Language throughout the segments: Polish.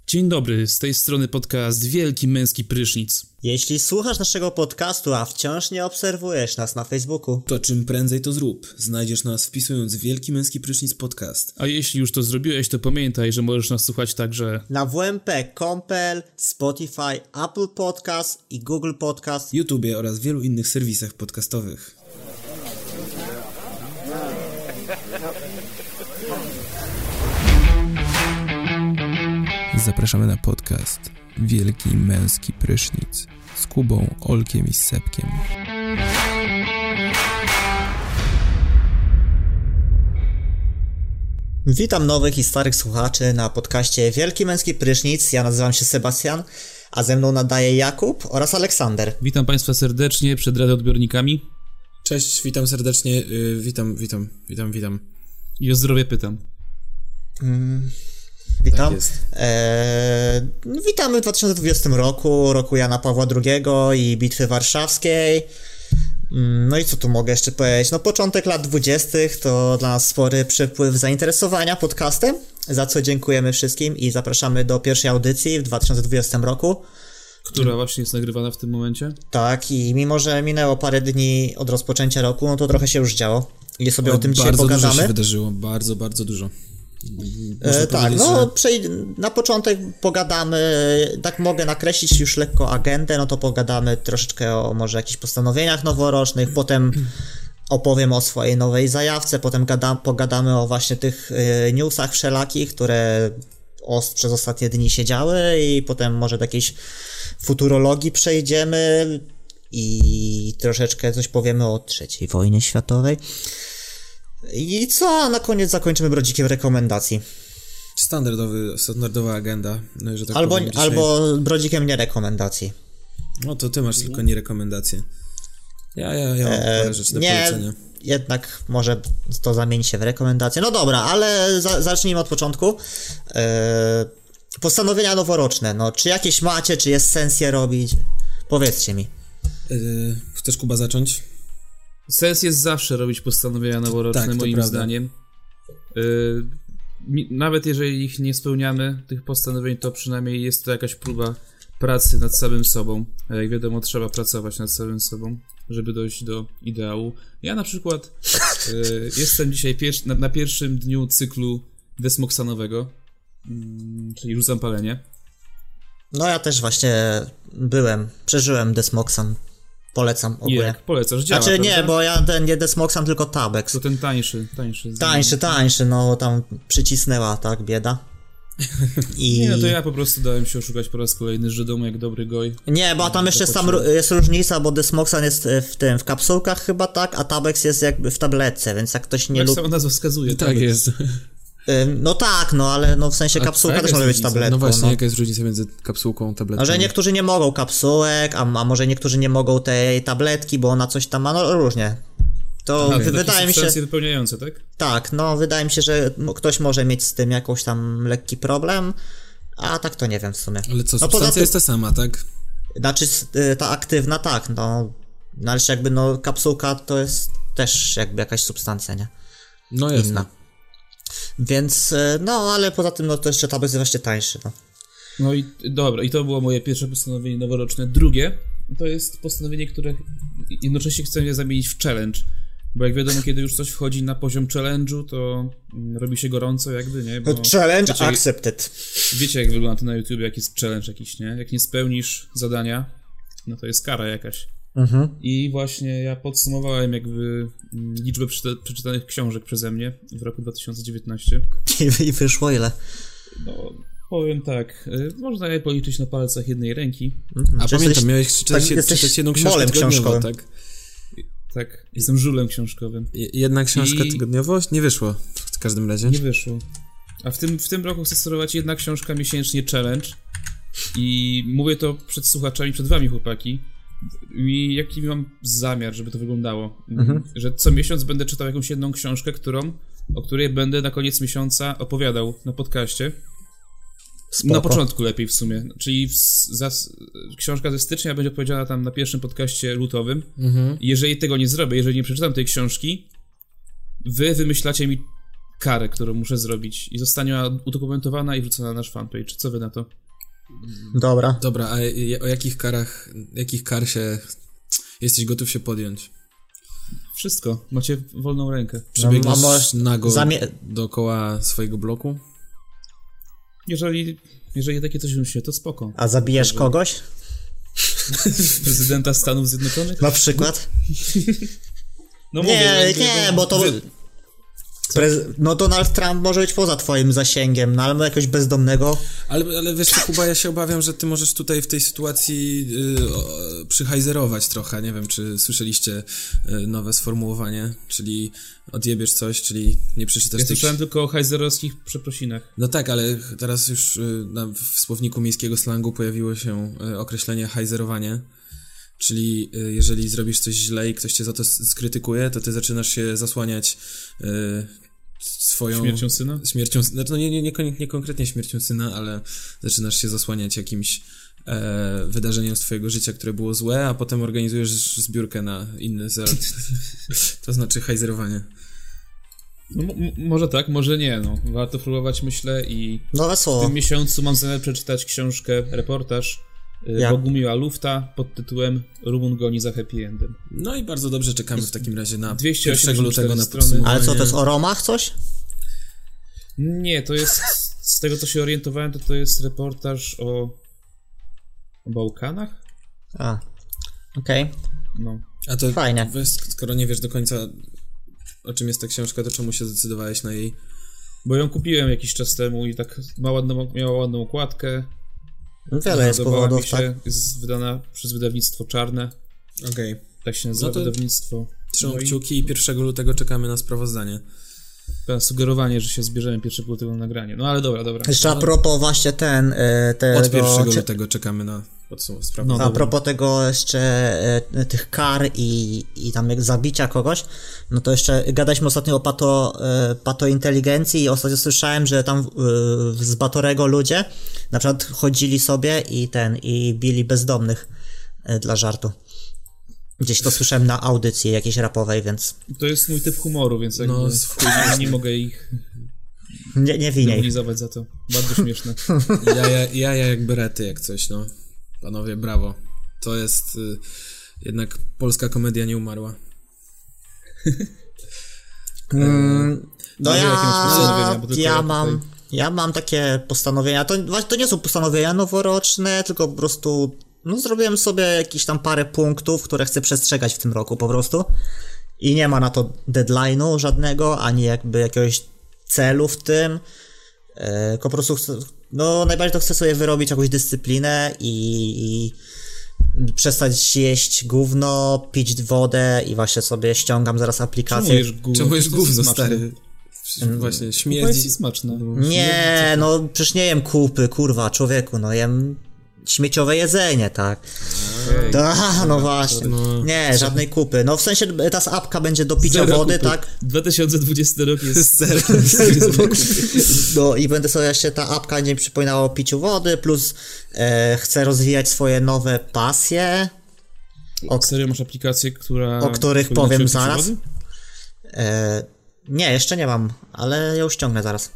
Dzień dobry, z tej strony podcast Wielki Męski Prysznic. Jeśli słuchasz naszego podcastu, a wciąż nie obserwujesz nas na Facebooku, to czym prędzej to zrób. Znajdziesz nas wpisując Wielki Męski Prysznic Podcast. A jeśli już to zrobiłeś, to pamiętaj, że możesz nas słuchać także na wmp.com.pl, Spotify, Apple Podcast i Google Podcast, YouTube oraz wielu innych serwisach podcastowych. Zapraszamy na podcast Wielki Męski Prysznic z Kubą, Olkiem i Sepkiem. Witam nowych i starych słuchaczy na podcaście Wielki Męski Prysznic. Ja nazywam się Sebastian, a ze mną nadaje Jakub oraz Aleksander. Witam Państwa serdecznie przed radioodbiornikami. Cześć, witam serdecznie, witam. I o zdrowie pytam. Witam. Tak jest. Witamy w 2020 roku Jana Pawła II i Bitwy Warszawskiej. No i co tu mogę jeszcze powiedzieć? No początek lat 20. to dla nas spory przypływ zainteresowania podcastem, za co dziękujemy wszystkim i zapraszamy do pierwszej audycji w 2020 roku. Która właśnie jest nagrywana w tym momencie. Tak, i mimo że minęło parę dni od rozpoczęcia roku, no to trochę się już działo. I sobie o tym dzisiaj pogadamy. Bardzo dużo się wydarzyło, bardzo dużo. Tak, no na początek pogadamy, tak mogę nakreślić już lekko agendę, no to pogadamy troszeczkę o może jakichś postanowieniach noworocznych, potem opowiem o swojej nowej zajawce, potem pogadamy o właśnie tych newsach wszelakich, które przez ostatnie dni się działy i potem może do jakiejś futurologii przejdziemy i troszeczkę coś powiemy o III wojnie światowej. I co? Na koniec zakończymy brodzikiem rekomendacji. Standardowa agenda. Że tak albo brodzikiem nie rekomendacji. No to ty masz tylko nie rekomendacje. Ja mam parę rzeczy do polecenia. Jednak może to zamieni się w rekomendacje. No dobra, ale zacznijmy od początku. Postanowienia noworoczne. No, czy jakieś macie, czy jest sens je robić? Powiedzcie mi. Chcesz, Kuba, zacząć? Sens jest zawsze robić postanowienia noworoczne, tak, moim prawda. zdaniem. Nawet jeżeli ich nie spełniamy, tych postanowień, to przynajmniej jest to jakaś próba pracy nad samym sobą. A jak wiadomo, trzeba pracować nad samym sobą, żeby dojść do ideału. Ja na przykład jestem dzisiaj na pierwszym dniu cyklu desmoksanowego, czyli rzucam palenie. No ja też właśnie przeżyłem desmoksan. Polecam ogólnie. Jak polecasz? Działa, znaczy prawda? Nie, bo ja nie desmoksan, tylko Tabex. To ten tańszy. Tańszy, no tam przycisnęła, tak, bieda. Nie, no to ja po prostu dałem się oszukać po raz kolejny Żydom jak dobry goj. Nie, bo tam jeszcze jest różnica, bo desmoksan jest w kapsułkach chyba, tak, a Tabex jest jakby w tabletce, więc jak ktoś nie lubi... Jak sama nazwa wskazuje. Tak jest. No tak, no ale no w sensie kapsułka też może być tabletką. No właśnie, jaka jest różnica między kapsułką a tabletką? No, że niektórzy nie mogą kapsułek, a może niektórzy nie mogą tej tabletki, bo ona coś tam ma, no różnie. To wydaje mi się... substancje wypełniające, tak? Tak, no wydaje mi się, że ktoś może mieć z tym jakoś tam lekki problem, a tak to nie wiem w sumie. Ale co, substancja jest ta sama, tak? Znaczy ta aktywna, tak, no ale jakby no kapsułka to jest też jakby jakaś substancja, nie? No jasne. Inna. Więc, no ale poza tym, no to jeszcze Tabex jest właśnie tańszy, no. No i dobra, i to było moje pierwsze postanowienie noworoczne. Drugie, to jest postanowienie, które jednocześnie chcę je zamienić w challenge. Bo jak wiadomo, kiedy już coś wchodzi na poziom challenge'u, to robi się gorąco jakby, nie? Bo challenge accepted. Wiecie, jak wygląda to na YouTube, jak jest challenge jakiś, nie? Jak nie spełnisz zadania, no to jest kara jakaś. I właśnie ja podsumowałem jakby liczbę przeczytanych książek przeze mnie w roku 2019. I wyszło ile? No, powiem tak, można je policzyć na palcach jednej ręki. A pamiętam, miałeś czytać jedną książkę tygodniowo, tak? Tak, jestem żulem książkowym. Jedna książka tygodniowo? Nie wyszło w każdym razie. Nie wyszło. A w tym roku chcę sterować jedna książka miesięcznie challenge i mówię to przed słuchaczami, przed wami chłopaki. I jaki mam zamiar, żeby to wyglądało. Że co miesiąc będę czytał jakąś jedną książkę, o której będę na koniec miesiąca opowiadał na podcaście. Spoko. Na początku lepiej w sumie. Czyli książka ze stycznia będzie opowiedziana tam na pierwszym podcaście lutowym. Jeżeli tego nie zrobię, jeżeli nie przeczytam tej książki, wy wymyślacie mi karę, którą muszę zrobić i zostanie ona udokumentowana i wrzucona na nasz fanpage. Co wy na to? Dobra, a o jakich kar się jesteś gotów się podjąć? Wszystko. Macie wolną rękę. Przebiegniesz nago dookoła swojego bloku? Jeżeli takie coś wymyślicie, to spoko. A zabijesz kogoś? Prezydenta Stanów Zjednoczonych? Na przykład? No nie, bo to... No Donald Trump może być poza twoim zasięgiem, no ale jakoś bezdomnego... Ale wiesz co, Kuba, ja się obawiam, że ty możesz tutaj w tej sytuacji przyhajzerować trochę, nie wiem, czy słyszeliście nowe sformułowanie, czyli odjebiesz coś, czyli nie przeczytasz... Ja słyszałem tylko o hajzerowskich przeprosinach. No tak, ale teraz już w słowniku miejskiego slangu pojawiło się określenie hajzerowanie, czyli jeżeli zrobisz coś źle i ktoś cię za to skrytykuje, to ty zaczynasz się zasłaniać swoją... Śmiercią syna? No nie konkretnie śmiercią syna, ale zaczynasz się zasłaniać jakimś wydarzeniem z twojego życia, które było złe, a potem organizujesz zbiórkę na inny cel. To znaczy hajzerowanie. No, może tak, może nie, no. Warto próbować, myślę, i nowe słowo. W tym miesiącu mam zamiar przeczytać książkę, reportaż Bogumiła Lufta pod tytułem Rumun goni za happy endem. No i bardzo dobrze, czekamy w takim razie na 1 lutego na podsumowanie. Ale co, to jest o Romach coś? Nie, to jest, z tego co się orientowałem, to jest reportaż o Bałkanach? A, okej. No. A to fajnie. Skoro nie wiesz do końca, o czym jest ta książka, to czemu się zdecydowałeś na jej... Bo ją kupiłem jakiś czas temu i tak miała ładną okładkę. Wiele jest powodów, mi się, tak? Jest wydana przez wydawnictwo Czarne. Okej. Tak się nazywa wydawnictwo. Trzymam kciuki i 1 lutego czekamy na sprawozdanie. Sugerowanie, że się zbierzemy 1 lutego na nagranie. No ale dobra. Jeszcze a propos właśnie Od 1 lutego czekamy na sprawozdanie. A propos tego jeszcze tych kar i tam jak zabicia kogoś, no to jeszcze gadaliśmy ostatnio o patointeligencji i ostatnio słyszałem, że tam z Batorego ludzie na przykład chodzili sobie i bili bezdomnych dla żartu. Gdzieś to słyszałem na audycji jakiejś rapowej, więc... To jest mój typ humoru, więc nie mogę ich... Nie winię. Demonizować za to. Bardzo śmieszne. Ja jak berety, jak coś, no. Panowie, brawo. To jest... jednak polska komedia nie umarła. No ja mam takie postanowienia. To nie są postanowienia noworoczne, tylko po prostu... No zrobiłem sobie jakieś tam parę punktów, które chcę przestrzegać w tym roku po prostu. I nie ma na to deadline'u żadnego, ani jakby jakiegoś celu w tym. Tylko po prostu najbardziej to chcę sobie wyrobić jakąś dyscyplinę i przestać jeść gówno, pić wodę i właśnie sobie ściągam zaraz aplikację. Czemu jesz gówno, stary? Właśnie śmierdzi. Jest smaczne. Nie, no przecież nie jem kupy, kurwa, człowieku, no jem śmieciowe jedzenie, tak. No właśnie. Nie, żadnej kupy. No w sensie ta apka będzie do picia wody, kupy. Tak? 2020 rok jest zero. No i będę sobie jeszcze ta apka będzie mi przypominała o piciu wody, plus chcę rozwijać swoje nowe pasje. Serio masz aplikację, o których powiem zaraz? Nie, jeszcze nie mam, ale ją ściągnę zaraz.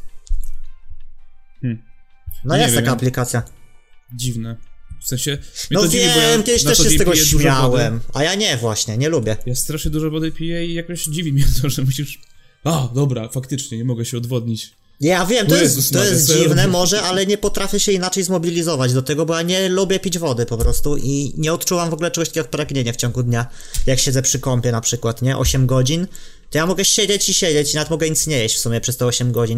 No jest taka aplikacja. Dziwne. W sensie... No wiem, kiedyś też się z tego śmiałem. A ja nie, właśnie, nie lubię. Ja strasznie dużo wody piję i jakoś dziwi mnie to, że musisz... Dobra, faktycznie, nie mogę się odwodnić. Ja wiem, to jest dziwne może, ale nie potrafię się inaczej zmobilizować do tego, bo ja nie lubię pić wody po prostu i nie odczuwam w ogóle czegoś takiego jak pragnienie w ciągu dnia. Jak siedzę przy kąpie na przykład, nie? 8 godzin, to ja mogę siedzieć i nawet mogę nic nie jeść w sumie przez te 8 godzin.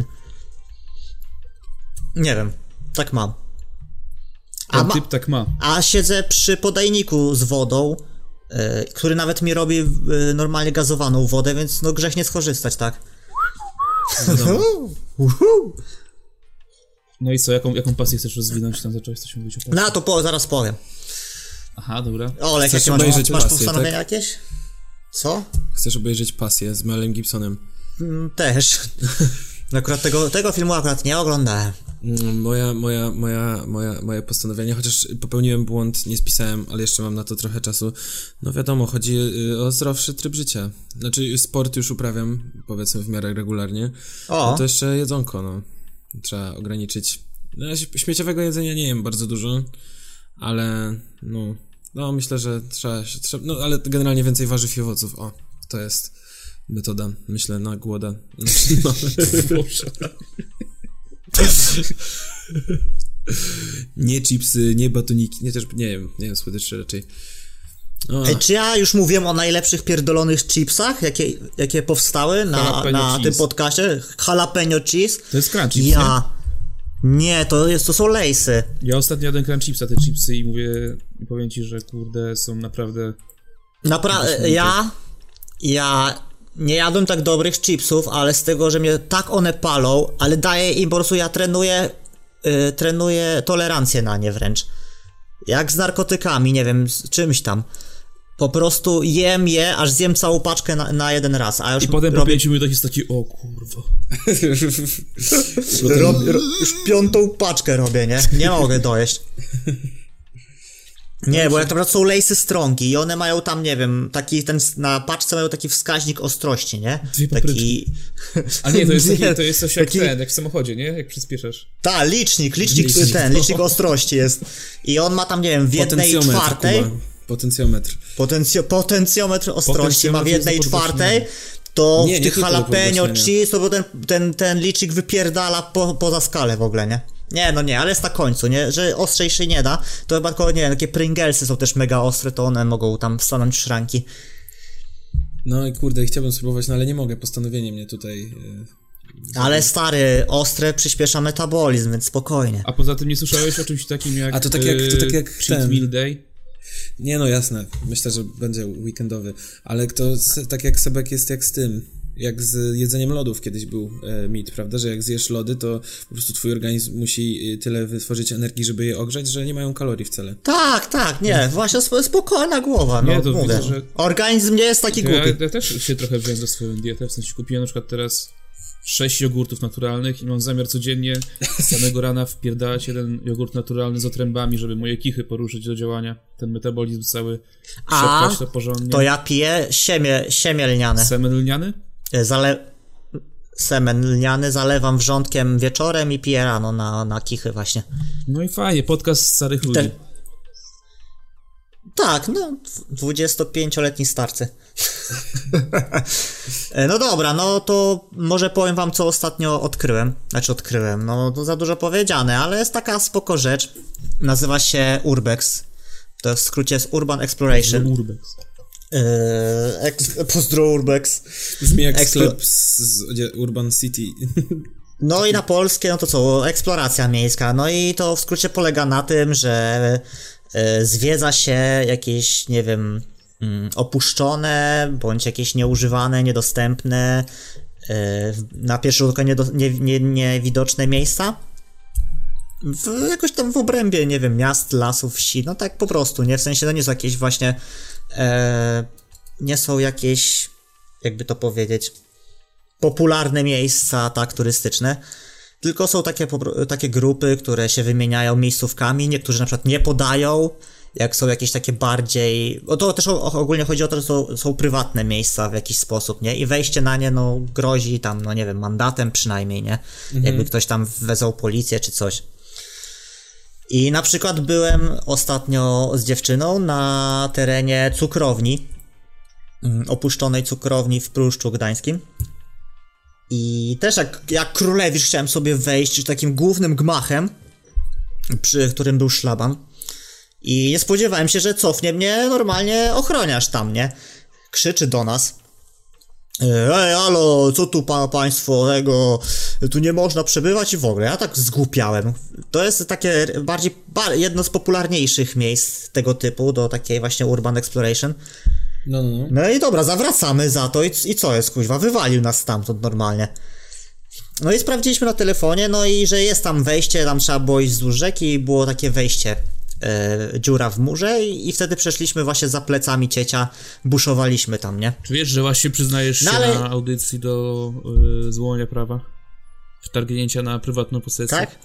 Nie wiem, tak mam. Typ tak ma. A siedzę przy podajniku z wodą, który nawet mi robi normalnie gazowaną wodę, więc no grzech nie skorzystać, tak? No i co, jaką pasję chcesz rozwinąć? Tam zacząłeś coś mówić o pasji. No to zaraz powiem. Aha, dobra. Olek, jakie masz postanowienia jakieś? Co? Chcesz obejrzeć Pasję z Melem Gibsonem? Też. Akurat tego filmu akurat nie oglądałem. Moje postanowienie, chociaż popełniłem błąd, nie spisałem, ale jeszcze mam na to trochę czasu. No wiadomo, chodzi o zdrowszy tryb życia. Znaczy sport już uprawiam, powiedzmy, w miarę regularnie. No to jeszcze jedzonko, no. Trzeba ograniczyć. No, śmieciowego jedzenia nie jem bardzo dużo, ale no myślę, że trzeba, no ale generalnie więcej warzyw i owoców. O, to jest metoda, myślę, na głoda. No. Nie chipsy, nie batoniki, nie wiem, słodycze raczej. Czy ja już mówiłem o najlepszych pierdolonych chipsach, jakie powstały na tym podcaście? Jalapeno cheese. To jest crunch chips, nie, to są lejsy. Ja ostatnio jadłem crunch chipsa, te chipsy, i powiem ci, że kurde, są naprawdę... Ja nie jadłem tak dobrych chipsów, ale z tego, że mnie tak one palą, ale daję im, po prostu ja trenuję tolerancję na nie wręcz. Jak z narkotykami, nie wiem, z czymś tam. Po prostu jem je, aż zjem całą paczkę na jeden raz, a już i potem po 5 minutach jest taki, o kurwa. Już 5. paczkę robię, nie? Nie mogę dojeść. Nie, bo jak to są lejsy strongi i one mają tam, nie wiem, na paczce mają taki wskaźnik ostrości, nie? Taki... A nie, to jest coś jak w samochodzie, nie? Jak przyspieszasz. Tak, licznik ostrości jest. I on ma tam, nie wiem, w 1/4... Potencjometr ostrości ma w 1/4, to w tych jalapeno cheese, to ten licznik wypierdala poza skalę w ogóle, nie? Nie, ale jest na końcu, nie? Że ostrzej się nie da, to chyba tylko, nie wiem, takie Pringlesy są też mega ostre, to one mogą tam stanąć w szranki. No i kurde, chciałbym spróbować, no ale nie mogę, postanowienie mnie tutaj... Ale stary, ostre przyspiesza metabolizm, więc spokojnie. A poza tym nie słyszałeś o czymś takim jak... A to tak jak Cheat Meal Day? Nie, no jasne, myślę, że będzie weekendowy, ale to tak jak Sebek jest jak z tym, jak z jedzeniem lodów kiedyś był mit, prawda, że jak zjesz lody, to po prostu twój organizm musi tyle wytworzyć energii, żeby je ogrzać, że nie mają kalorii wcale. Tak, nie, właśnie spokojna głowa, no, nie, to mówię, widzę, że... Organizm nie jest taki głupi. Ja też się trochę wziąłem za swoją dietę, w sensie kupiłem na przykład teraz 6 jogurtów naturalnych i mam zamiar codziennie z samego rana wpierdalać jeden jogurt naturalny z otrębami, żeby moje kichy poruszyć do działania. Ten metabolizm cały przepchać to porządnie. To ja piję siemię lniane. Semen lniany? Semen lniany zalewam wrzątkiem wieczorem i piję rano na kichy właśnie. No i fajnie, podcast starych ludzi. Tak, no 25-letni starcy. No dobra, no to może powiem wam, co ostatnio odkryłem. No to za dużo powiedziane, ale jest taka spoko rzecz. Nazywa się Urbex. To w skrócie jest Urban Exploration. Urbex. Pozdro Urbex. Brzmi jak sklep z Urban City. No i na polskie, no to co? Eksploracja miejska. No i to w skrócie polega na tym, że zwiedza się jakieś, nie wiem, opuszczone, bądź jakieś nieużywane, niedostępne, na pierwszy rzut oka niewidoczne miejsca. Jakoś tam w obrębie, nie wiem, miast, lasów, wsi, no tak po prostu, nie? W sensie to nie są jakieś właśnie, nie są jakieś, jakby to powiedzieć, popularne miejsca, tak, turystyczne, tylko są takie grupy, które się wymieniają miejscówkami, niektórzy na przykład nie podają, jak są jakieś takie bardziej... to też ogólnie chodzi o to, że są prywatne miejsca w jakiś sposób, nie? I wejście na nie, no, grozi tam, no nie wiem, mandatem przynajmniej, nie? Jakby ktoś tam wezwał policję czy coś. I na przykład byłem ostatnio z dziewczyną na terenie cukrowni, opuszczonej cukrowni w Pruszczu Gdańskim. I też jak królewicz chciałem sobie wejść takim głównym gmachem, przy którym był szlaban. I nie spodziewałem się, że cofnie mnie normalnie ochroniarz tam, nie? Krzyczy do nas. Ej, halo, co tu państwo tego, tu nie można przebywać i w ogóle. Ja tak zgłupiałem. To jest takie jedno z popularniejszych miejsc tego typu, do takiej właśnie Urban Exploration. No i dobra, zawracamy za to i co jest, kuźwa, wywalił nas stamtąd normalnie. No i sprawdziliśmy na telefonie, no i że jest tam wejście, tam trzeba było iść wzdłuż rzeki i było takie wejście, dziura w murze i wtedy przeszliśmy właśnie za plecami ciecia, buszowaliśmy tam, nie? Czy wiesz, że właśnie przyznajesz się na audycji do złamania prawa? wtargnięcia na prywatną posesję. Tak?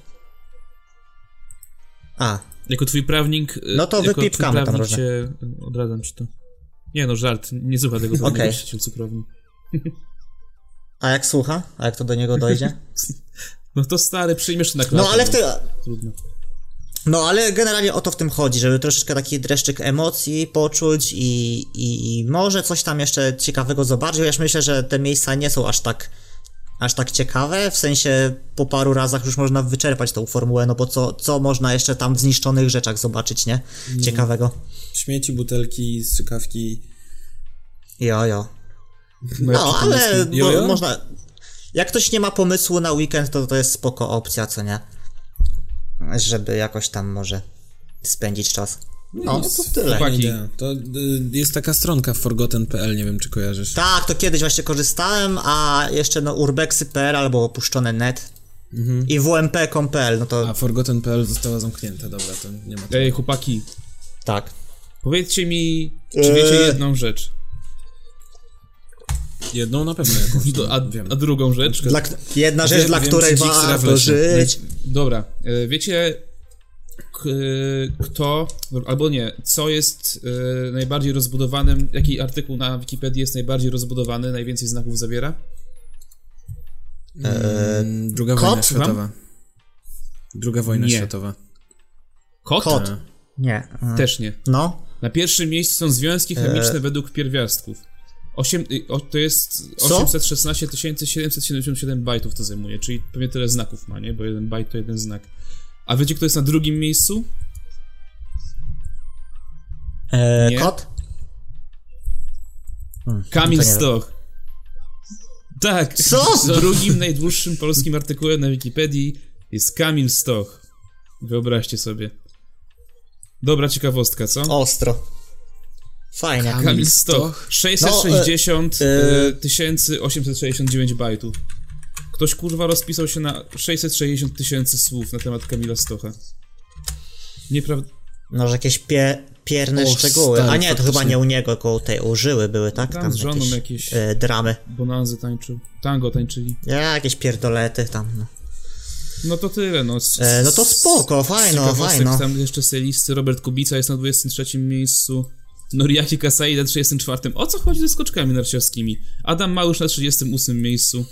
A. Jako twój prawnik... No to wypipkamy tam różne. Odradzam ci to. Nie no, żart. Nie słucha tego właściciel cukrowni. A jak słucha? A jak to do niego dojdzie? No to stary, przyjmiesz na klatę. No ale Trudno. No ale generalnie o to w tym chodzi, żeby troszeczkę taki dreszczyk emocji poczuć i może coś tam jeszcze ciekawego zobaczyć. Ja myślę, że te miejsca nie są aż tak ciekawe, w sensie po paru razach już można wyczerpać tą formułę, no bo co można jeszcze tam w zniszczonych rzeczach zobaczyć, nie? Ciekawego. Śmieci, butelki, strzykawki. Jo. No, ale można... Jak ktoś nie ma pomysłu na weekend, to jest spoko opcja, co nie? Żeby jakoś tam może spędzić czas. No to tyle. To jest taka stronka forgotten.pl, nie wiem czy kojarzysz. Tak, to kiedyś właśnie korzystałem, a jeszcze urbexy.pl albo opuszczone.net i wmp.pl, no to... A forgotten.pl została zamknięta, dobra, to nie ma... Ej, chłopaki. Tak. Powiedzcie mi, czy wiecie jedną rzecz? Jedną na pewno jakąś. A drugą rzecz? Jedna rzecz, dla której warto żyć. Dobra, wiecie kto, albo nie, co jest najbardziej rozbudowanym, jaki artykuł na Wikipedii jest najbardziej rozbudowany, najwięcej znaków zawiera? Druga wojna światowa. Druga wojna światowa. Kot? Nie. Też nie. No. Na pierwszym miejscu są związki chemiczne według pierwiastków. To jest 816 777 bajtów to zajmuje, czyli pewnie tyle znaków ma, nie? Bo jeden bajt to jeden znak. A wiecie, kto jest na drugim miejscu? Kot? Kamil Stoch. Tak. Co? Drugim najdłuższym polskim artykułem na Wikipedii jest Kamil Stoch. Wyobraźcie sobie. Dobra ciekawostka, co? Ostro. Fajnie. Kamil Stoch. 660 869 bajtów. Ktoś kurwa rozpisał się na 660 000 słów na temat Kamila Stocha. Nieprawda. Może jakieś pierne szczegóły. Stary, a nie, to faktycznie. chyba nie u niego, koło tej użyły były, tak? Tam z żoną jakieś dramy. bonanzy tańczył. Tango tańczyli. Jakieś pierdolety tam, no. No to tyle, no. No to spoko, fajno. Tam jeszcze z tej listy Robert Kubica jest na 23 miejscu. Noriaki Kasai na 34. O co chodzi ze skoczkami narciarskimi? Adam Małysz na 38 miejscu.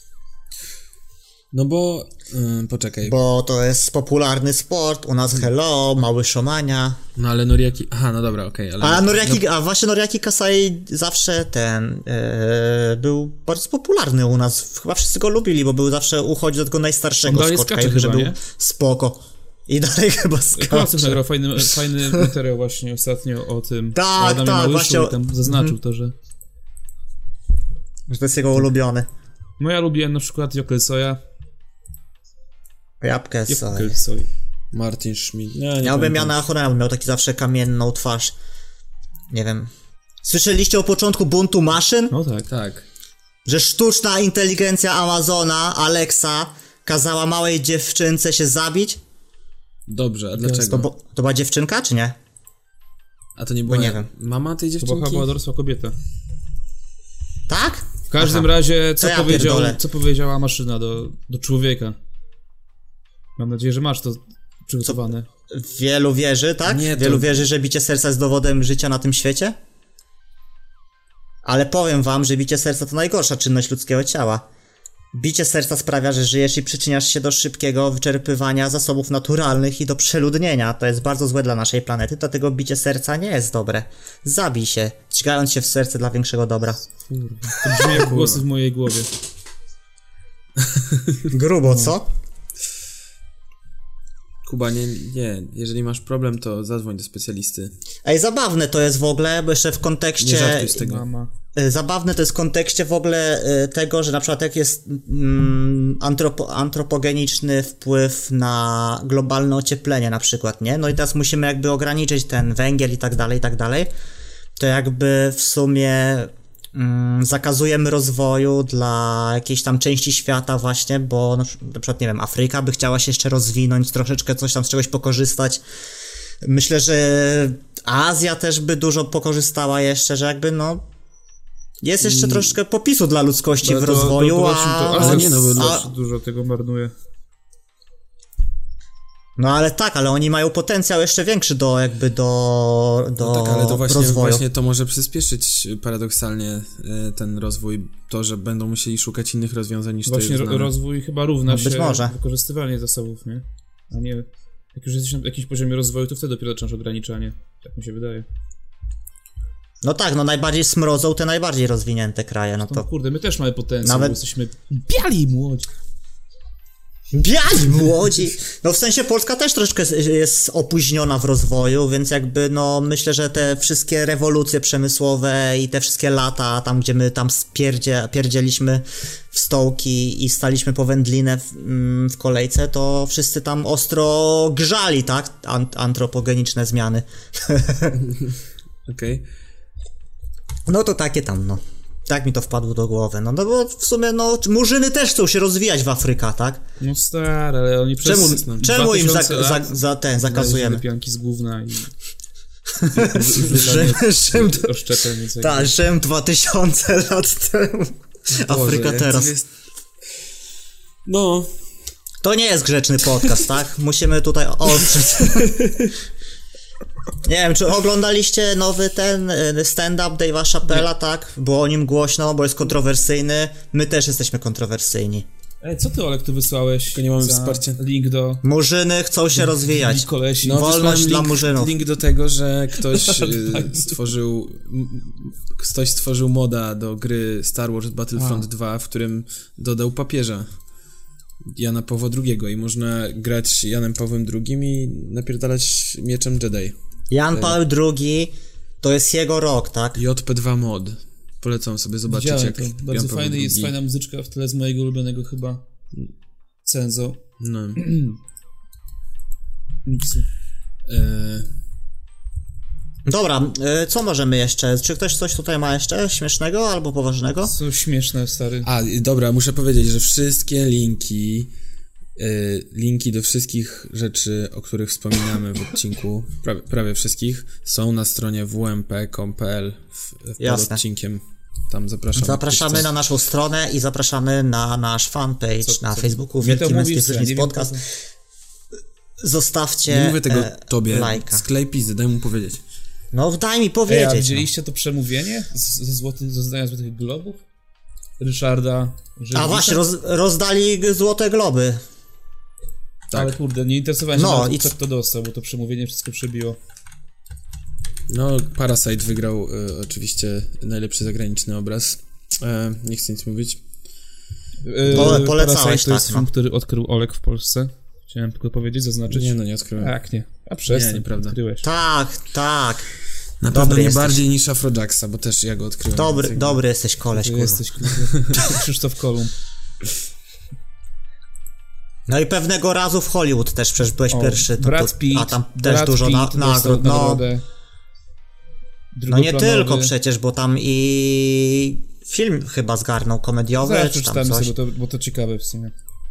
No bo... poczekaj. Bo to jest popularny sport, u nas hello, mały szomania. No ale Noriaki... Aha, no dobra, okej. Ale a właśnie Noriaki Kasai zawsze był bardzo popularny u nas. Chyba wszyscy go lubili, bo był zawsze uchodził do tego najstarszego skoczka i że był spoko. I dalej chyba skacze. Koncert nagrał fajny materiał właśnie ostatnio o tym. Tak, właśnie. I tam zaznaczył to, że to jest jego ulubiony. No ja lubiłem na przykład Jokel Soja. Jabłkę Soy. Martin Schmidt. Ja bym Jana Achorena, miał taki zawsze kamienną twarz. Nie wiem. Słyszeliście o początku buntu maszyn? No tak. Tak. Że sztuczna inteligencja Amazona, Alexa, kazała małej dziewczynce się zabić? Dobrze, a dlaczego? To była dziewczynka, czy nie? A to nie była nie wiem. Mama tej dziewczynki? To była dorosła kobieta. Tak? W każdym razie, co powiedziała maszyna do człowieka? Mam nadzieję, że masz to przygotowane. Wielu wierzy, tak? Wielu wierzy, że bicie serca jest dowodem życia na tym świecie? Ale powiem wam, że bicie serca to najgorsza czynność ludzkiego ciała. Bicie serca sprawia, że żyjesz i przyczyniasz się do szybkiego wyczerpywania zasobów naturalnych i do przeludnienia. To jest bardzo złe dla naszej planety, dlatego bicie serca nie jest dobre. Zabij się, dźgając się w serce dla większego dobra. Kurwa, to brzmi jak głosy w mojej głowie. Grubo, co? Kuba, nie, jeżeli masz problem, to zadzwoń do specjalisty. Ej, zabawne to jest w ogóle, bo jeszcze w kontekście... Nie żartuj z tego. Zabawne to jest w kontekście w ogóle tego, że na przykład jak jest antropogeniczny wpływ na globalne ocieplenie na przykład, nie? No i teraz musimy jakby ograniczyć ten węgiel i tak dalej, to jakby w sumie zakazujemy rozwoju dla jakiejś tam części świata właśnie, bo na przykład, nie wiem, Afryka by chciała się jeszcze rozwinąć, troszeczkę coś tam z czegoś pokorzystać. Myślę, że Azja też by dużo pokorzystała jeszcze, że jakby Jest jeszcze troszeczkę popisu dla ludzkości w rozwoju, dużo tego marnuje. No ale tak, ale oni mają potencjał jeszcze większy do no tak, ale to rozwoju. Właśnie to może przyspieszyć paradoksalnie ten rozwój, to, że będą musieli szukać innych rozwiązań niż właśnie to jest znane. Rozwój chyba równa się może. wykorzystywanie zasobów, nie? A nie, jak już jesteś na jakimś poziomie rozwoju, to wtedy dopiero zaczynasz ograniczanie. Tak mi się wydaje. No tak, no najbardziej smrodzą te najbardziej rozwinięte kraje, no to... Kurde, my też mamy potencjał, Nawet... bo jesteśmy biali i młodzi. Biali młodzi! No w sensie Polska też troszkę jest opóźniona w rozwoju, więc jakby no myślę, że te wszystkie rewolucje przemysłowe i te wszystkie lata tam, gdzie my tam pierdzieliśmy w stołki i staliśmy po wędlinę w kolejce, to wszyscy tam ostro grzali, tak? Antropogeniczne zmiany. Okej. No to takie tam, no. Tak mi to wpadło do głowy, no bo w sumie, no, Murzyny też chcą się rozwijać w Afryka, tak? No stary, ale oni przez Czemu im zakazujemy? Pianki z gówna i oszczepem. Tak, Rzym 2000 lat temu. Afryka teraz. No. To nie jest grzeczny podcast, tak? Musimy tutaj ostrzec. Nie wiem, czy oglądaliście nowy ten stand-up Dave'a Chappella, tak? Było o nim głośno, bo jest kontrowersyjny. My też jesteśmy kontrowersyjni. Ej, co ty, Olek, tu wysłałeś? Tylko nie mamy wsparcia. Link do... Murzyny chcą się rozwijać. No, wolność dla Murzynów. Link do tego, że ktoś stworzył moda do gry Star Wars Battlefront 2, w którym dodał papieża. Jana Pawła II i można grać Janem Pawłem II i napierdalać mieczem Jedi. Jan Paweł II to jest jego rok, tak? JP2 mod. Polecam sobie zobaczyć. Widziałem jak to. Bardzo fajny, jest fajna muzyczka w tle z mojego ulubionego chyba Cenzo. No. Miksy. Dobra, co możemy jeszcze? Czy ktoś coś tutaj ma jeszcze śmiesznego albo poważnego? Są śmieszne, stary. Dobra, muszę powiedzieć, że wszystkie linki do wszystkich rzeczy, o których wspominamy w odcinku, prawie wszystkich, są na stronie wmp.com.pl pod odcinkiem. Tam zapraszamy na naszą stronę i zapraszamy na nasz fanpage na Facebooku Wielki Męski Prysznic Podcast. Zostawcie nie mówię tego tobie, lajka. Sklej pizdy, daj mu powiedzieć. No daj mi powiedzieć. A widzieliście to przemówienie ze zdania Złotych Globów? Ryszarda Żywicza? A właśnie, rozdali Złote Globy. Tak. Ale kurde, nie interesowałem się kto to dostał, bo to przemówienie wszystko przebiło. No, Parasite wygrał oczywiście najlepszy zagraniczny obraz. Nie chcę nic mówić. Polecałeś, to jest film, który odkrył Olek w Polsce. Chciałem tylko powiedzieć, zaznaczyć. Nie, no nie odkryłem. Tak, nie. A przestań, nie, nieprawda. Odkryłeś. Tak. Na pewno nie bardziej niż Afrojacksa, bo też ja go odkryłem. Dobry jesteś koleś, kurwa. Jesteś, Krzysztof Kolumb. No i pewnego razu w Hollywood też przecież byłeś pierwszy. Brad Pitt, a tam też dużo nagród. No nie tylko przecież, bo tam i film chyba zgarnął komediowy. Zaraz przeczytamy sobie, bo to ciekawe w sumie.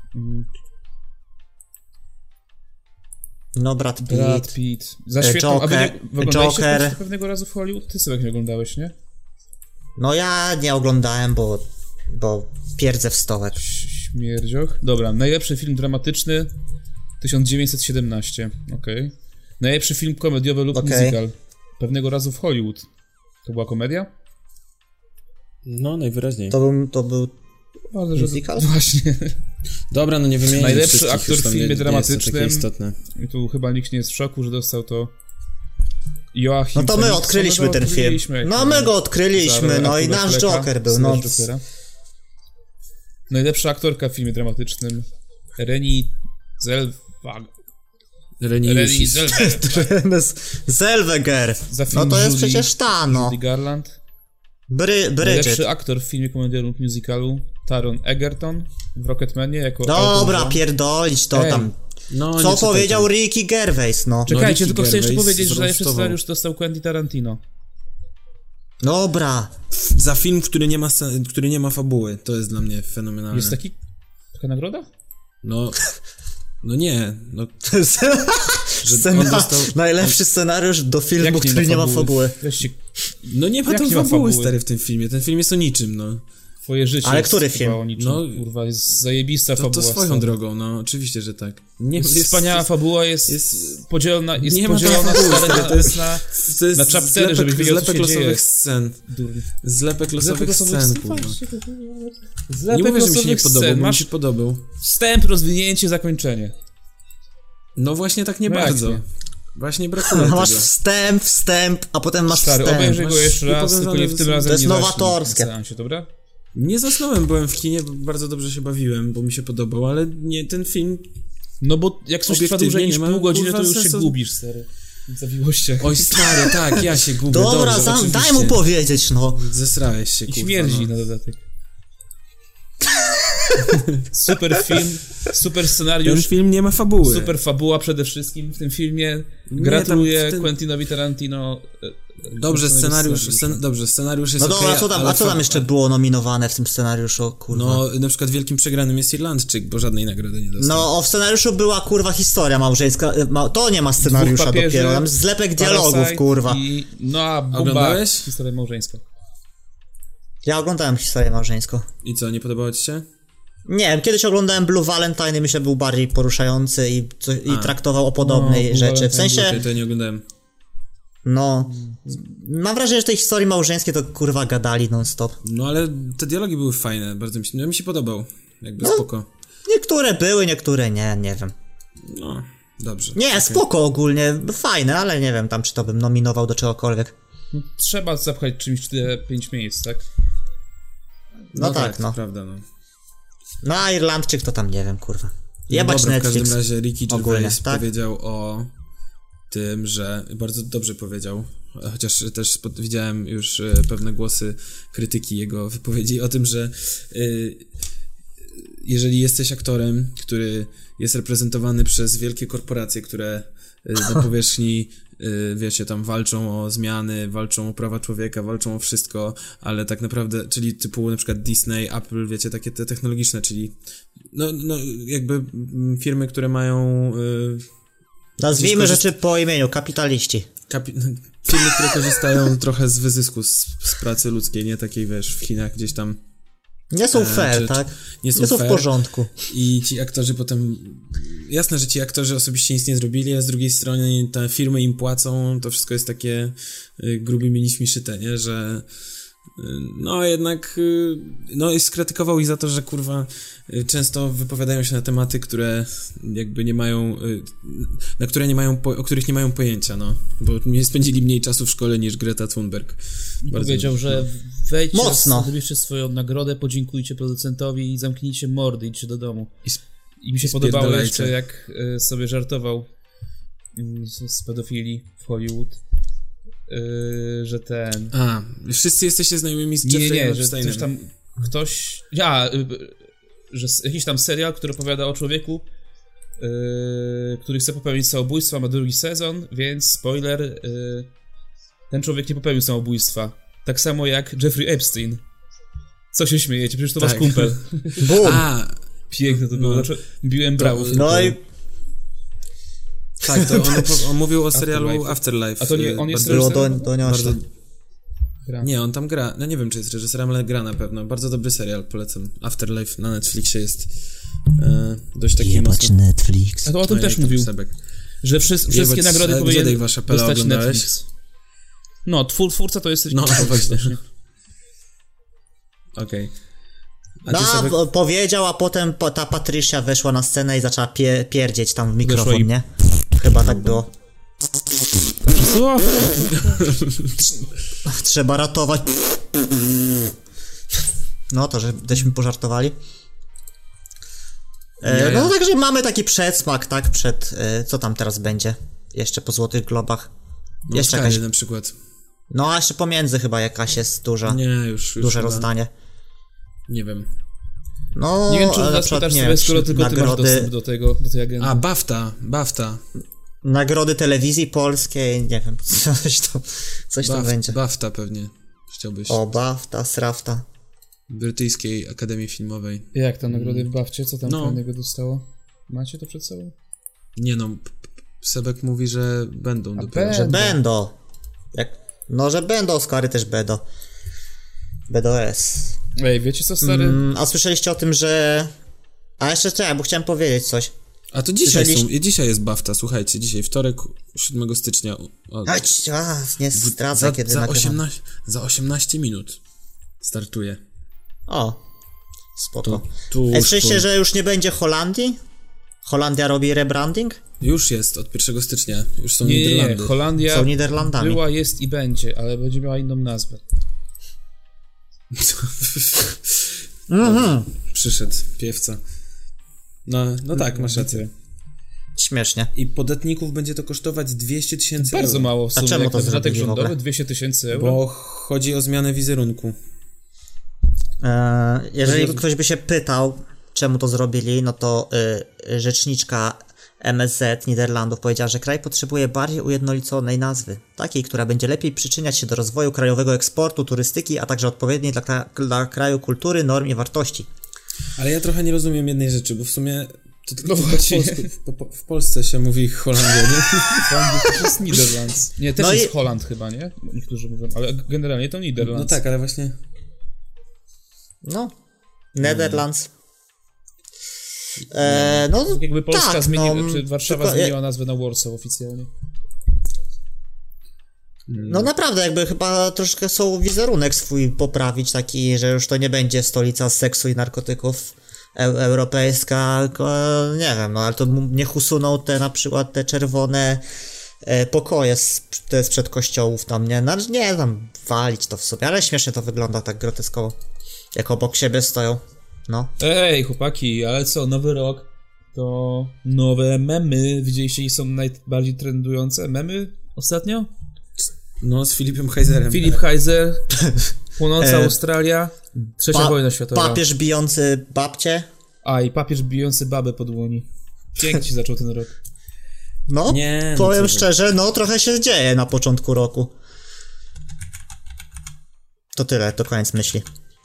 No Brad Pitt. Za świetną... Joker. Pewnego razu w Hollywood? Ty sobie nie oglądałeś, nie? No ja nie oglądałem, bo pierdzę w stołek. Śmierdzioch. Dobra, najlepszy film dramatyczny 1917. Okej. Najlepszy film komediowy lub musical. Pewnego razu w Hollywood. To była komedia? No, najwyraźniej. To był musical? Właśnie. Dobra, no nie wymienię. Najlepszy aktor w filmie dramatycznym. I tu chyba nikt nie jest w szoku, że dostał to Joachim. No to my odkryliśmy ten film. No my go odkryliśmy, no i nasz Joker był. No. Najlepsza aktorka w filmie dramatycznym Renée Zellweger. No to jest przecież ta, no. Judy Garland. Bridget. Najlepszy aktor w filmie komediowym lub musicalu Taron Egerton w Rocketmanie jako Dobra, pierdolić to tam. No, co powiedział Ricky Gervais, no. Czekajcie, tylko chcę jeszcze powiedzieć, że najlepszy scenariusz dostał Quentin Tarantino. Dobra. Za film, który nie ma fabuły. To jest dla mnie fenomenalne. Jest taka nagroda? No nie. No. Najlepszy scenariusz do filmu, który nie ma fabuły. No nie ma tam fabuły, stary, w tym filmie. Ten film jest o niczym, no. Twoje życie. Ale który film? No, kurwa, jest zajebista fabuła. To swoją drogą, no, oczywiście, że tak. Jest wspaniała fabuła, jest podzielona, nie podzielona na chaptery, żeby wiedział, co się losowych scen. Zlepek losowych scen, kurwa. Nie mówię, że mi się nie podobał, bo mi się podobał. Wstęp, rozwinięcie, zakończenie. No właśnie tak nie bardzo. Właśnie brakuje tego. Masz wstęp, a potem masz wstęp. Obejrzyj go jeszcze raz, tylko nie w tym razem. To jest nowatorskie. Dobra? Nie zasnąłem, byłem w kinie, bardzo dobrze się bawiłem, bo mi się podobał, ale nie, ten film... No bo jak coś trwa dłużej niż pół godziny, to już się gubisz, stary. W zawiłościach. Oj, stary, tak, ja się gubię. Dobra, daj mu powiedzieć, no. Zesrałeś się, kurwa. I śmierdzi na dodatek. Super film, super scenariusz. Ten film nie ma fabuły. Super fabuła przede wszystkim w tym filmie. Gratuluję Quentinowi Tarantino. Dobrze, scenariusz jest no dobra, co tam jeszcze było nominowane w tym scenariuszu, kurwa? No, na przykład wielkim przegranym jest Irlandczyk, bo żadnej nagrody nie dostał. No, w scenariuszu była, kurwa, historia małżeńska, to nie ma scenariusza dopiero, tam zlepek dialogów, kurwa. No, a Bumba, oglądałeś? Historia małżeńska. Ja oglądałem historię małżeńską. I co, nie podobało ci się? Nie wiem, kiedyś oglądałem Blue Valentine i myślę, był bardziej poruszający i traktował o podobnej rzeczy. W sensie... To nie oglądałem. No, mam wrażenie, że tej historii małżeńskiej to kurwa gadali non-stop. No ale te dialogi były fajne, bardzo mi się podobał, jakby spoko. Niektóre były, niektóre nie wiem. No, dobrze. Nie, okay. Spoko ogólnie, fajne, ale nie wiem tam, czy to bym nominował do czegokolwiek. Trzeba zapchać czymś 4-5 miejsc, tak? No tak, no. To prawda, no. No a Irlandczyk to tam nie wiem, kurwa. Jebać dobra, Netflix. W każdym razie Ricky Gervais tak? powiedział o tym, że bardzo dobrze powiedział, chociaż też widziałem już pewne głosy krytyki jego wypowiedzi o tym, że jeżeli jesteś aktorem, który jest reprezentowany przez wielkie korporacje, które na powierzchni wiecie, tam walczą o zmiany, walczą o prawa człowieka, walczą o wszystko, ale tak naprawdę, czyli typu na przykład Disney, Apple, wiecie, takie te technologiczne, czyli no jakby firmy, które mają nazwijmy rzeczy po imieniu, kapitaliści. Firmy, które korzystają trochę z wyzysku z pracy ludzkiej, nie takiej, wiesz, w Chinach gdzieś tam. Nie są fair, tak? Nie są w porządku. I ci aktorzy potem... Jasne, że ci aktorzy osobiście nic nie zrobili, a z drugiej strony te firmy im płacą, to wszystko jest takie grubymi nićmi szyte, nie? Że no jednak no skrytykował ich za to, że kurwa często wypowiadają się na tematy, które jakby nie mają, na które nie mają, o których nie mają pojęcia, no, bo nie spędzili mniej czasu w szkole niż Greta Thunberg. Powiedział, że wejdźcie, zabierzcie swoją nagrodę, podziękujcie producentowi i zamknijcie mordy, idźcie do domu. I mi się podobało jeszcze, jak sobie żartował z pedofilii w Hollywood. Że ten... wszyscy jesteście znajomymi z Jeffreyem Epsteinem. Że tam ktoś... że jakiś tam serial, który opowiada o człowieku, który chce popełnić samobójstwo, ma drugi sezon, więc spoiler, ten człowiek nie popełnił samobójstwa. Tak samo jak Jeffrey Epstein. Co się śmiejecie? Przecież to wasz kumpel. Bum! Piękne to było. Znaczy, biłem brawo. No i... Tak, to on mówił o serialu Afterlife. A to nie, on jest reżyserem? Bardzo... Nie, on tam gra. No nie wiem, czy jest reżyserem, ale gra na pewno. Bardzo dobry serial, polecam. Afterlife na Netflixie jest dość taki mocno... Netflix. A to o tym też mówił, że wszystkie nagrody powinien dostać Netflix. No, twórca to jest... No, właśnie. Okej. Powiedział, a potem ta Patricia weszła na scenę i zaczęła pierdzieć tam w mikrofon, nie? Chyba tak było. Trzeba ratować. No to, żeśmy pożartowali. No także mamy taki przedsmak, tak? Co tam teraz będzie? Jeszcze po Złotych Globach. No, jeszcze jakaś... na przykład. No a jeszcze pomiędzy chyba jakaś jest duża. Nie, już duże chyba... rozdanie. Nie wiem. No, nie wiem, czy nas pytasz sobie, skoro tylko nagrody... ty masz dostęp do tej agendy. BAFTA. Nagrody telewizji polskiej, nie wiem, coś tam będzie. BAFTA pewnie chciałbyś. O, BAFTA, SRAFTA. Brytyjskiej Akademii Filmowej. Jak tam nagrody w BAFcie? Co tam fajnego dostało? Macie to przed sobą? Nie no, Sebek mówi, że będą dopiero. Że będą. Że będą, Oscary też będą. BDS. Ej, wiecie co, stary? A słyszeliście o tym, że... A jeszcze bo chciałem powiedzieć coś. A to dzisiaj jest BAFTA, słuchajcie, dzisiaj wtorek, 7 stycznia. Nie zdradzę, kiedy za 18 minut startuje. O, spoko. Słyszeliście, że już nie będzie Holandii? Holandia robi rebranding? Już jest, od 1 stycznia, już są Niderlandy. Nie, Holandia są Niderlandami. Była, jest i będzie, ale będzie miała inną nazwę. Przyszedł piewca. No tak, masz rację. Śmiesznie. I podatników będzie to kosztować 200 000 euro. Bardzo mało w sumie. A czemu to podatek rządowy 200 000 euro? Bo chodzi o zmianę wizerunku. Jeżeli ktoś by się pytał, czemu to zrobili, no to rzeczniczka MSZ Niderlandów powiedziała, że kraj potrzebuje bardziej ujednoliconej nazwy, takiej, która będzie lepiej przyczyniać się do rozwoju krajowego eksportu, turystyki, a także odpowiedniej dla kraju kultury, norm i wartości. Ale ja trochę nie rozumiem jednej rzeczy, bo w sumie w Polsce się mówi Holandia, nie? To jest Niderlands. Nie, też jest Holand chyba, nie? Niektórzy mówią, ale generalnie to Niderlands. No tak, ale właśnie... Netherlands. Jakby Polska tak, zmieniła, czy Warszawa zmieniła nazwę na Warsaw oficjalnie. No naprawdę, jakby chyba troszkę są wizerunek swój poprawić, taki, że już to nie będzie stolica seksu i narkotyków europejska, tylko nie wiem, ale to niech usuną na przykład te czerwone pokoje sprzed kościołów tam, nie tam walić to w sobie, ale śmiesznie to wygląda tak groteskowo, jak obok siebie stoją, no. Ej, chłopaki, ale co, nowy rok to nowe memy, widzieliście, i są najbardziej trendujące memy ostatnio? No, z Filipem Heizerem. Filip Heizer, płonąca Australia, trzecia wojna światowa. Papież bijący babcię. I papież bijący babę po dłoni. Pięknie się zaczął ten rok. No, powiem szczerze, trochę się dzieje na początku roku. To tyle, to koniec myśli.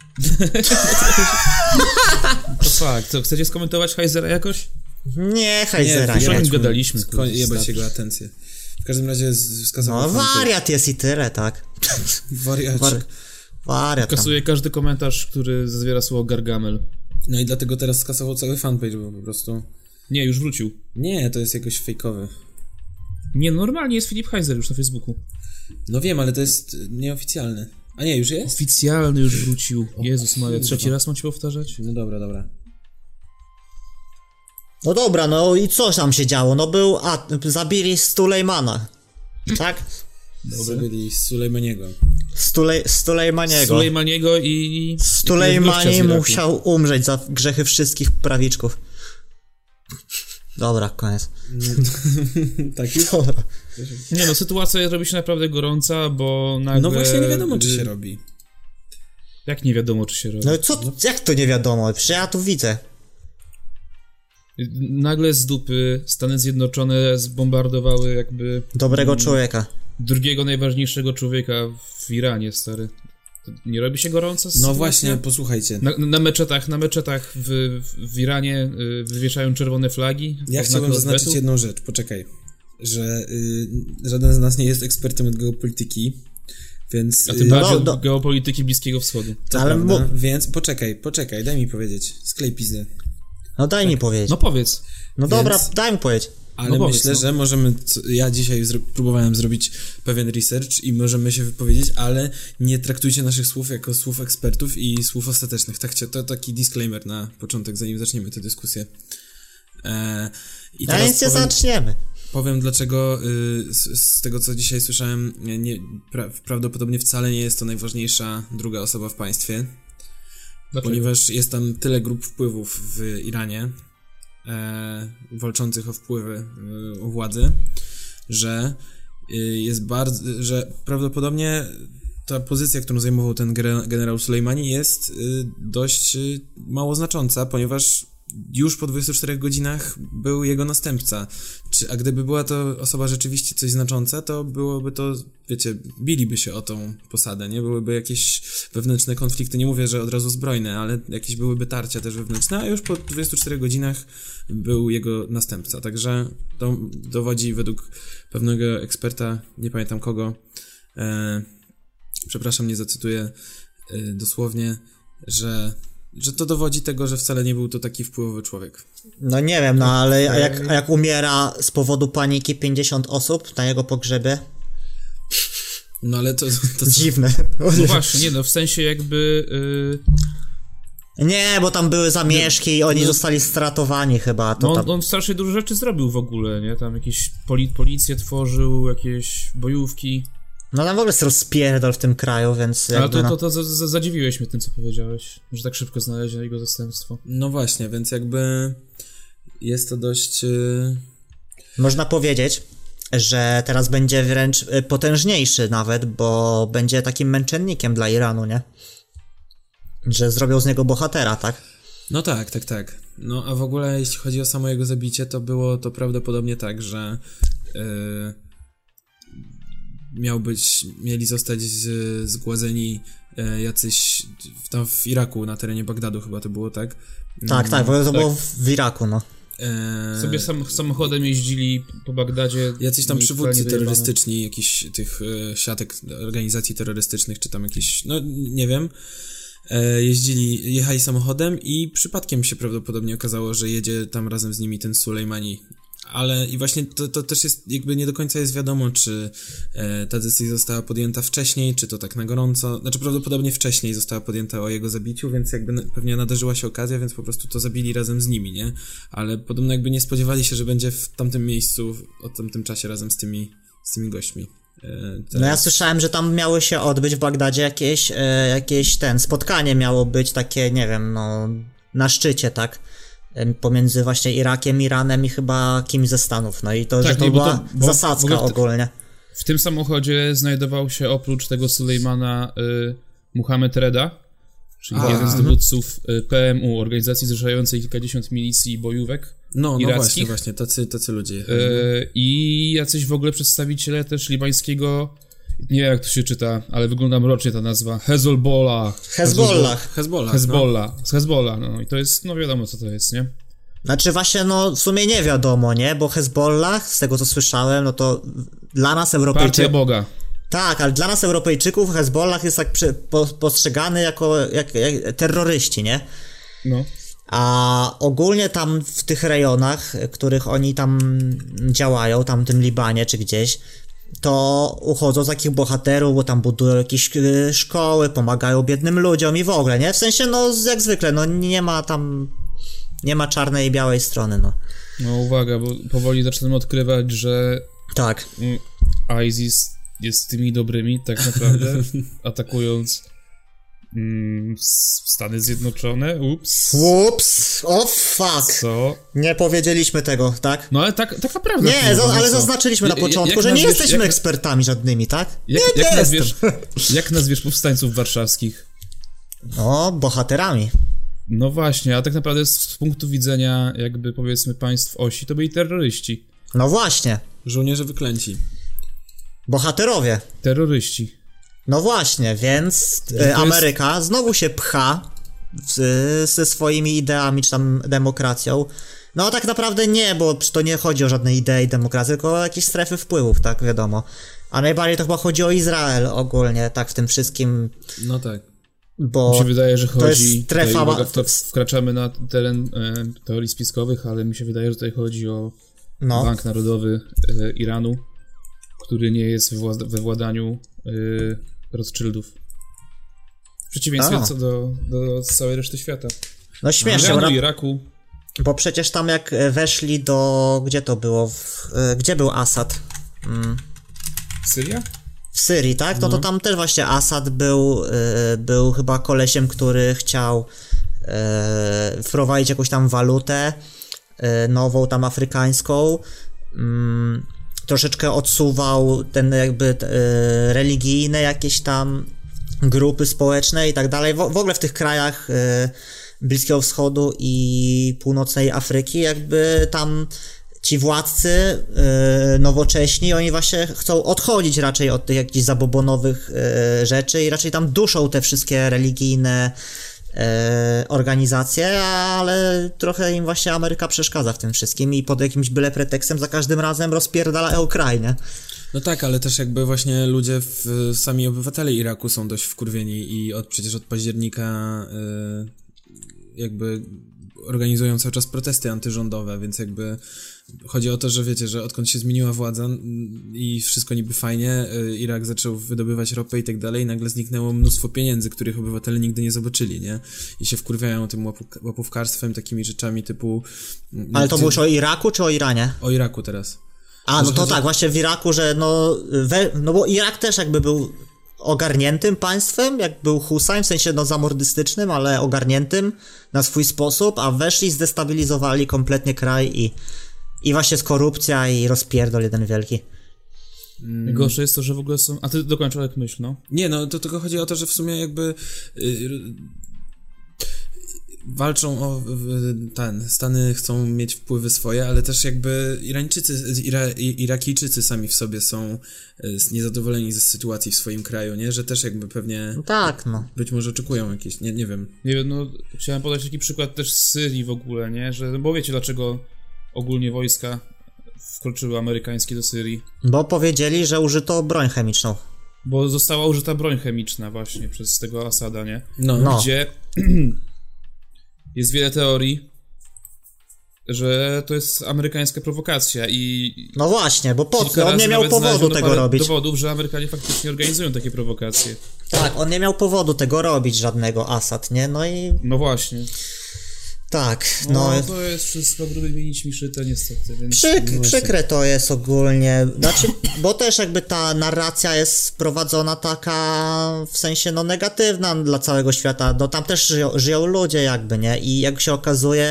To fakt, co, chcecie skomentować Heizera jakoś? Nie, Heizera nie. Już gadaliśmy. Jebać jego atencję. W każdym razie skasował wariat jest i tyle, tak. Wariat kasuje każdy komentarz, który zawiera słowo Gargamel. No i dlatego teraz skasował cały fanpage, bo po prostu... Nie, już wrócił. Nie, to jest jakoś fejkowy. Nie, normalnie jest Filip Heizer już na Facebooku. No wiem, ale to jest nieoficjalne. A nie, już jest? Oficjalny już wrócił. Jezus Maria, trzeci raz mam ci powtarzać? No dobra. No dobra, i co tam się działo? Zabili Sulejmana, tak? Zabili Sulejmaniego. Sulejmaniego i... Sulejmani musiał umrzeć za grzechy wszystkich prawiczków. Dobra, koniec. Tak jest? Dobra. Nie sytuacja robi się naprawdę gorąca, bo nagle... No właśnie nie wiadomo, czy się robi. Jak nie wiadomo, czy się robi? Jak to nie wiadomo? Przecież ja tu widzę. Nagle z dupy Stany Zjednoczone zbombardowały jakby... Dobrego człowieka. Drugiego najważniejszego człowieka w Iranie, stary. Nie robi się gorąco? No właśnie, posłuchajcie. Na meczetach w Iranie wywieszają czerwone flagi. Ja chciałbym zaznaczyć jedną rzecz, poczekaj. Że żaden z nas nie jest ekspertem od geopolityki, więc... A tym bardziej od geopolityki Bliskiego Wschodu. Ale więc poczekaj, daj mi powiedzieć. Sklej pizdę. No daj mi powiedzieć. No powiedz. No dobra, daj mi powiedzieć. Ale myślę, że możemy... Ja dzisiaj próbowałem zrobić pewien research i możemy się wypowiedzieć, ale nie traktujcie naszych słów jako słów ekspertów i słów ostatecznych. To taki disclaimer na początek, zanim zaczniemy tę dyskusję. I teraz nic nie zaczniemy. Powiem, dlaczego z tego, co dzisiaj słyszałem, prawdopodobnie wcale nie jest to najważniejsza druga osoba w państwie. Dlaczego? Ponieważ jest tam tyle grup wpływów w Iranie, walczących o wpływy, o władzę, że że prawdopodobnie ta pozycja, którą zajmował ten generał Sulejmani, jest dość mało znacząca, ponieważ już po 24 godzinach był jego następca. A gdyby była to osoba rzeczywiście coś znacząca, to byłoby to, wiecie, biliby się o tą posadę, nie? Byłyby jakieś wewnętrzne konflikty, nie mówię, że od razu zbrojne, ale jakieś byłyby tarcia też wewnętrzne, a już po 24 godzinach był jego następca. Także to dowodzi według pewnego eksperta, nie pamiętam kogo, przepraszam, nie zacytuję dosłownie, że to dowodzi tego, że wcale nie był to taki wpływowy człowiek. No nie wiem, no ale jak umiera z powodu paniki 50 osób na jego pogrzebie? No ale to dziwne. No właśnie, nie no, w sensie jakby... Nie, bo tam były zamieszki i oni zostali stratowani chyba. To no on strasznie dużo rzeczy zrobił w ogóle, nie? Tam jakieś policję tworzył, jakieś bojówki. No tam w ogóle jest rozpierdol w tym kraju, więc... Ale to zadziwiłeś mnie tym, co powiedziałeś, że tak szybko znaleziono jego zastępstwo. No właśnie, więc jakby jest to dość... Można powiedzieć, że teraz będzie wręcz potężniejszy nawet, bo będzie takim męczennikiem dla Iranu, nie? Że zrobią z niego bohatera, tak? No tak. No a w ogóle jeśli chodzi o samo jego zabicie, to było to prawdopodobnie tak, że... mieli zostać zgładzeni jacyś tam w Iraku, na terenie Bagdadu chyba to było, tak? Tak, w ogóle to było w Iraku, no. Sobie samochodem jeździli po Bagdadzie. Jacyś tam przywódcy terrorystyczni, jakichś tych siatek organizacji terrorystycznych, czy tam jakieś, no nie wiem, jechali samochodem i przypadkiem się prawdopodobnie okazało, że jedzie tam razem z nimi ten Sulejmani. Ale i właśnie to też jest, jakby nie do końca jest wiadomo, czy ta decyzja została podjęta wcześniej, czy to tak na gorąco. Znaczy prawdopodobnie wcześniej została podjęta o jego zabiciu, więc jakby pewnie nadarzyła się okazja, więc po prostu to zabili razem z nimi, nie? Ale podobno jakby nie spodziewali się, że będzie w tamtym miejscu, w tamtym czasie razem z tymi gośćmi. No ja słyszałem, że tam miały się odbyć w Bagdadzie jakieś spotkanie miało być takie, nie wiem, no na szczycie, tak? Pomiędzy właśnie Irakiem, Iranem i chyba kimś ze Stanów. No i to, tak, że to była zasadzka ogólnie. W tym samochodzie znajdował się oprócz tego Sulejmana Muhammad Reda, czyli jeden z dowódców PMU, organizacji zrzeszającej kilkadziesiąt milicji i bojówek irackich. No właśnie, tacy ludzie. I jacyś w ogóle przedstawiciele też libańskiego, nie wiem jak to się czyta, ale wygląda mrocznie ta nazwa, Hezbollah, no i to jest, no wiadomo co to jest, nie? Znaczy właśnie, no w sumie nie wiadomo, nie? Bo Hezbollah, z tego co słyszałem, no to dla nas Europejczyków... Partia Boga. Tak, ale dla nas Europejczyków Hezbollah jest tak postrzegany jako jak terroryści, nie? No. A ogólnie tam w tych rejonach, których oni tam działają, tam w tym Libanie czy gdzieś, to uchodzą z takich bohaterów, bo tam budują jakieś szkoły, pomagają biednym ludziom i w ogóle, nie? W sensie, no jak zwykle, no nie ma czarnej i białej strony, no. No uwaga, bo powoli zaczynamy odkrywać, że tak. ISIS jest tymi dobrymi tak naprawdę, atakując Stany Zjednoczone, ups, oh fuck, co? Nie powiedzieliśmy tego, tak? No ale tak naprawdę. Nie, ale zaznaczyliśmy na początku, że nie jesteśmy ekspertami żadnymi, tak? Jak nazwiesz powstańców warszawskich? No, bohaterami. No właśnie, a tak naprawdę z punktu widzenia jakby powiedzmy państw osi to byli terroryści. No właśnie. Żołnierze wyklęci. Bohaterowie. Terroryści. No właśnie, więc Ameryka znowu się pcha ze swoimi ideami, czy tam demokracją. No tak naprawdę nie, bo to nie chodzi o żadne idee i demokrację, tylko o jakieś strefy wpływów, tak wiadomo. A najbardziej to chyba chodzi o Izrael ogólnie, tak w tym wszystkim. No tak. Bo mi się wydaje, że chodzi... strefa... wkraczamy na teren teorii spiskowych, ale mi się wydaje, że tutaj chodzi o Bank Narodowy Iranu, który nie jest we władaniu Rothschildów. W przeciwieństwie co do całej reszty świata. No śmiesznie. Iranu, Iraku. Bo przecież tam jak weszli do... Gdzie to było? Gdzie był Assad? Syria? W Syrii, tak? No to tam też właśnie Assad był chyba kolesiem, który chciał wprowadzić jakąś tam walutę nową, tam afrykańską. Troszeczkę odsuwał ten jakby religijne jakieś tam grupy społeczne i tak dalej. W ogóle w tych krajach Bliskiego Wschodu i Północnej Afryki, jakby tam ci władcy nowocześni, oni właśnie chcą odchodzić raczej od tych jakichś zabobonowych rzeczy i raczej tam duszą te wszystkie religijne organizacje, ale trochę im właśnie Ameryka przeszkadza w tym wszystkim i pod jakimś byle pretekstem za każdym razem rozpierdala kraj, nie? No tak, ale też jakby właśnie ludzie, sami obywatele Iraku są dość wkurwieni i przecież od października jakby organizują cały czas protesty antyrządowe, więc jakby chodzi o to, że wiecie, że odkąd się zmieniła władza i wszystko niby fajnie, Irak zaczął wydobywać ropę i tak dalej, nagle zniknęło mnóstwo pieniędzy, których obywatele nigdy nie zobaczyli, nie? I się wkurwiają tym łapówkarstwem, takimi rzeczami typu... Ale to mówisz o Iraku czy o Iranie? O Iraku teraz. A, no to tak, właśnie w Iraku, że no bo Irak też jakby był ogarniętym państwem, jak był Hussein, w sensie no zamordystycznym, ale ogarniętym na swój sposób, a weszli, zdestabilizowali kompletnie kraj i właśnie jest korupcja i rozpierdol jeden wielki. Gorsze jest to, że w ogóle są... A ty dokończ, jak myśl, no. Nie, no to tylko chodzi o to, że w sumie jakby... walczą o Stany chcą mieć wpływy swoje, ale też jakby Irakijczycy sami w sobie są niezadowoleni ze sytuacji w swoim kraju, nie? Że też jakby pewnie no tak, no. Być może oczekują jakieś, nie wiem. Nie wiem, no chciałem podać taki przykład też z Syrii w ogóle, nie? Że, bo wiecie dlaczego ogólnie wojska wkroczyły amerykańskie do Syrii? Bo powiedzieli, że użyto broń chemiczną. Bo została użyta broń chemiczna właśnie przez tego Asada, nie? No. Gdzie jest wiele teorii, że to jest amerykańska prowokacja i... No właśnie, bo on nie miał powodu tego robić. Dowodów, że Amerykanie faktycznie organizują takie prowokacje. Tak, on nie miał powodu tego robić, żadnego Asad, nie? No i... No właśnie. Tak, no to jest wszystko grubymi nićmi szyte niestety, więc... Przykre to jest ogólnie, znaczy, bo też jakby ta narracja jest prowadzona taka w sensie no negatywna dla całego świata, no tam też żyją ludzie jakby, nie? I jak się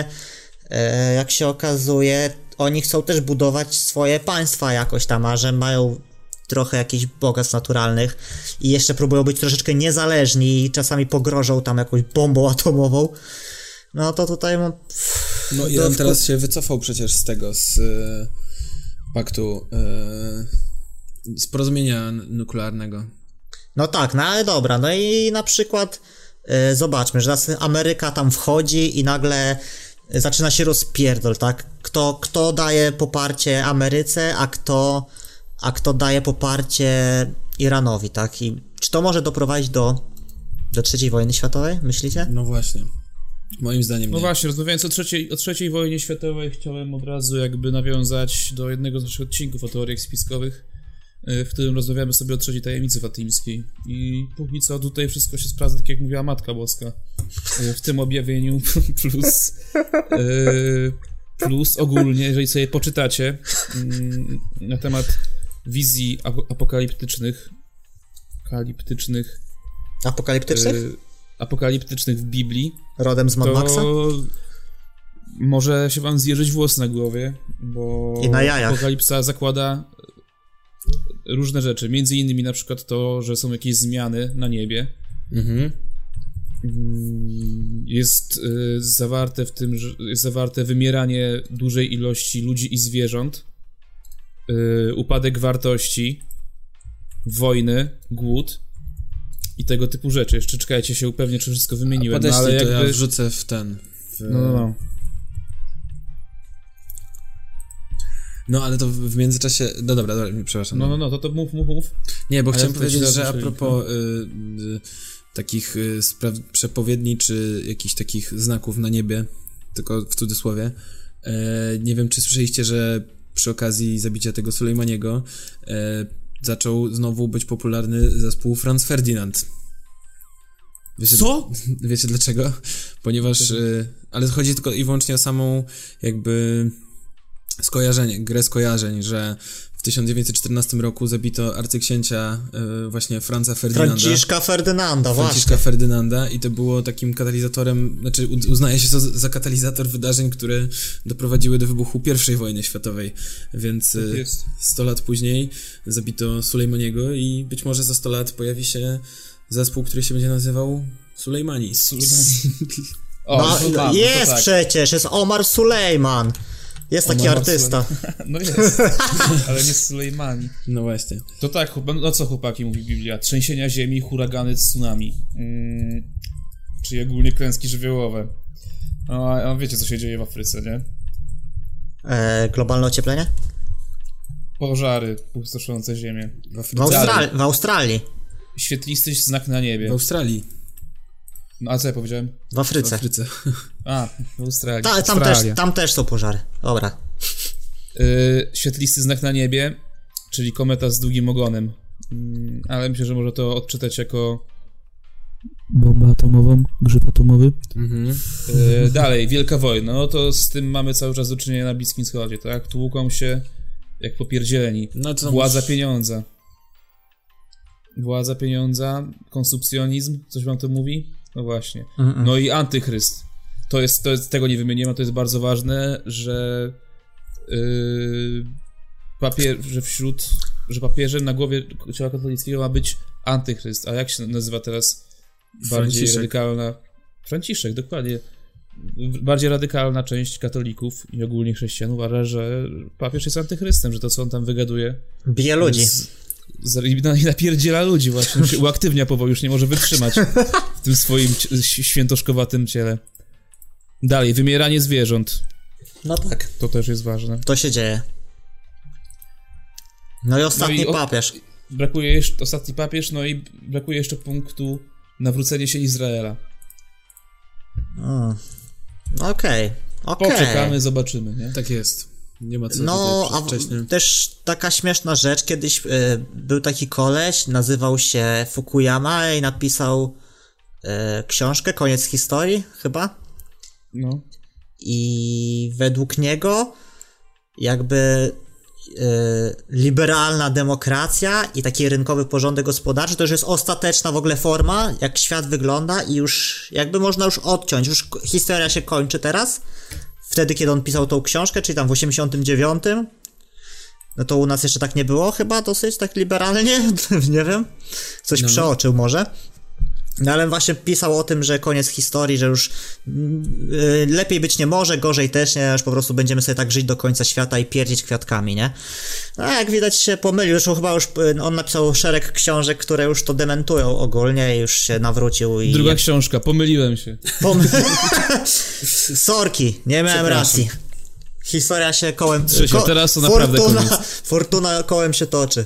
okazuje, oni chcą też budować swoje państwa jakoś tam, a że mają trochę jakichś bogactw naturalnych i jeszcze próbują być troszeczkę niezależni i czasami pogrożą tam jakąś bombą atomową. No to tutaj mam... No Iran teraz się wycofał przecież z tego, z paktu, z porozumienia nuklearnego. No tak, no ale dobra, no i na przykład zobaczmy, że teraz Ameryka tam wchodzi i nagle zaczyna się rozpierdol, tak? Kto daje poparcie Ameryce, a kto daje poparcie Iranowi, tak? I czy to może doprowadzić do III wojny światowej, myślicie? No właśnie. Moim zdaniem nie. No właśnie, rozmawiając o trzeciej wojnie światowej, chciałem od razu jakby nawiązać do jednego z naszych odcinków o teoriach spiskowych, w którym rozmawiamy sobie o trzeciej tajemnicy fatimskiej. I póki co tutaj wszystko się sprawdza, tak jak mówiła Matka Boska w tym objawieniu, plus ogólnie, jeżeli sobie poczytacie na temat wizji apokaliptycznych w Biblii, rodem z Mad Maxa? To może się wam zjeżyć włos na głowie, bo i na jajach. Apokalipsa zakłada różne rzeczy, między innymi na przykład to, że są jakieś zmiany na niebie. Mhm. Jest zawarte w tym, że jest zawarte wymieranie dużej ilości ludzi i zwierząt, upadek wartości, wojny, głód i tego typu rzeczy. Jeszcze czekajcie, się upewnię, czy wszystko wymieniłem. No, ale jakby... to ja wrzucę w ten... No. No, ale to w międzyczasie... No dobra, przepraszam. No, to mów. Nie, bo chciałem powiedzieć, że a propos takich przepowiedni, czy jakichś takich znaków na niebie, tylko w cudzysłowie, nie wiem, czy słyszeliście, że przy okazji zabicia tego Sulejmaniego zaczął znowu być popularny zespół Franz Ferdinand. Wiecie dlaczego? Ponieważ... ale chodzi tylko i wyłącznie o samą jakby grę skojarzeń, że w 1914 roku zabito arcyksięcia właśnie Franza Ferdynanda. Franciszka Ferdynanda i to było takim katalizatorem, znaczy uznaje się to za katalizator wydarzeń, które doprowadziły do wybuchu I wojny światowej, więc 100 lat później zabito Sulejmaniego i być może za 100 lat pojawi się zespół, który się będzie nazywał Sulejmani. Jest przecież, jest Omar Sulejman. Jest taki artysta. No jest, ale nie Sulejmani. No właśnie. To tak, no co chłopaki mówi Biblia? Trzęsienia ziemi, huragany, tsunami. Czyli ogólnie klęski żywiołowe. A wiecie, co się dzieje w Afryce, nie? Globalne ocieplenie? Pożary pustoszące ziemię. W Australii. Świetlisty znak na niebie. W Australii. No, a co ja powiedziałem? W Afryce. W Australii. Tam też są pożary. Dobra. Świetlisty znak na niebie, czyli kometa z długim ogonem. Ale myślę, że może to odczytać jako bombę atomową, grzyb atomowy. Dalej, Wielka Wojna. No to z tym mamy cały czas do czynienia na Bliskim Wschodzie, tak? Tłuką się jak popierdzieleni. No to Władza pieniądza. Władza pieniądza, konsumpcjonizm, coś wam to mówi? No właśnie. No i antychryst. To jest, tego nie wymieniłem, a to jest bardzo ważne, że że papieżem na głowie ciała katolickiego ma być antychryst. A jak się nazywa teraz bardziej radykalna? Franciszek, dokładnie. Bardziej radykalna część katolików i ogólnie chrześcijan uważa, że papież jest antychrystem, że to, co on tam wygaduje... Bije ludzi. I napierdziela ludzi właśnie, się uaktywnia powoli, już nie może wytrzymać w tym swoim świętoszkowatym ciele. Dalej, wymieranie zwierząt. No tak. To też jest ważne. To się dzieje. No i ostatni papież. Brakuje jeszcze ostatni papież, no i brakuje jeszcze punktu nawrócenie się Izraela. Okej. Poczekamy, zobaczymy, nie? Tak jest. Nie ma co a też taka śmieszna rzecz, kiedyś był taki koleś, nazywał się Fukuyama i napisał książkę Koniec historii, chyba. No. I według niego jakby liberalna demokracja i taki rynkowy porządek gospodarczy to już jest ostateczna w ogóle forma, jak świat wygląda i już jakby można już odciąć, już historia się kończy teraz. Wtedy, kiedy on pisał tą książkę, czyli tam w 89, no to u nas jeszcze tak nie było chyba dosyć tak liberalnie, nie wiem, coś przeoczył może. No ale właśnie pisał o tym, że koniec historii, że już lepiej być nie może, gorzej też nie, aż po prostu będziemy sobie tak żyć do końca świata i pierdzić kwiatkami, nie? No jak widać się pomylił, zresztą chyba już on napisał szereg książek, które już to dementują ogólnie i już się nawrócił i... Druga książka, pomyliłem się. Sorki, nie miałem racji. Historia się kołem... teraz to naprawdę koniec. Fortuna kołem się toczy.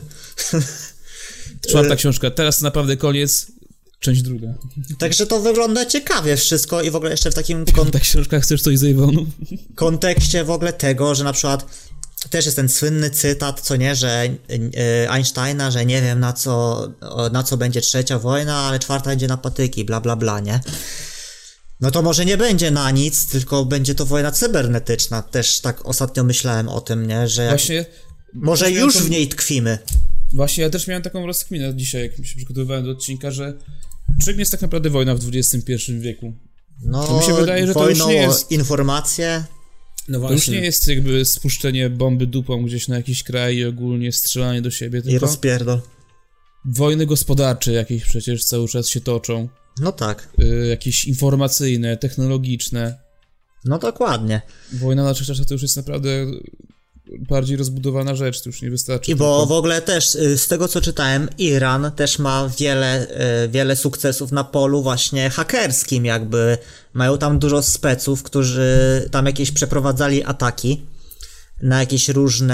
Czwarta książka, teraz to naprawdę koniec. Część druga. Także to wygląda ciekawie wszystko i w ogóle jeszcze w takim... Ta książka, chcesz coś z Iwonu? Kontekście w ogóle tego, że na przykład też jest ten słynny cytat, co nie, że Einsteina, że nie wiem na co będzie trzecia wojna, ale czwarta będzie na patyki, bla bla bla, nie? No to może nie będzie na nic, tylko będzie to wojna cybernetyczna. Też tak ostatnio myślałem o tym, nie? Że właśnie, może już w niej tkwimy. Właśnie ja też miałem taką rozkminę dzisiaj, jak się przygotowywałem do odcinka, że czym jest tak naprawdę wojna w XXI wieku? No, to mi się wydaje, że to już nie jest... informacje. No właśnie. To już nie jest jakby spuszczenie bomby dupą gdzieś na jakiś kraj i ogólnie strzelanie do siebie, tylko... I rozpierdol. Wojny gospodarcze jakieś przecież cały czas się toczą. No tak. Jakieś informacyjne, technologiczne. No dokładnie. Wojna na czasach to już jest naprawdę... bardziej rozbudowana rzecz, to już nie wystarczy. I bo w ogóle też z tego co czytałem, Iran też ma wiele sukcesów na polu właśnie hakerskim, jakby mają tam dużo speców, którzy tam jakieś przeprowadzali ataki na jakieś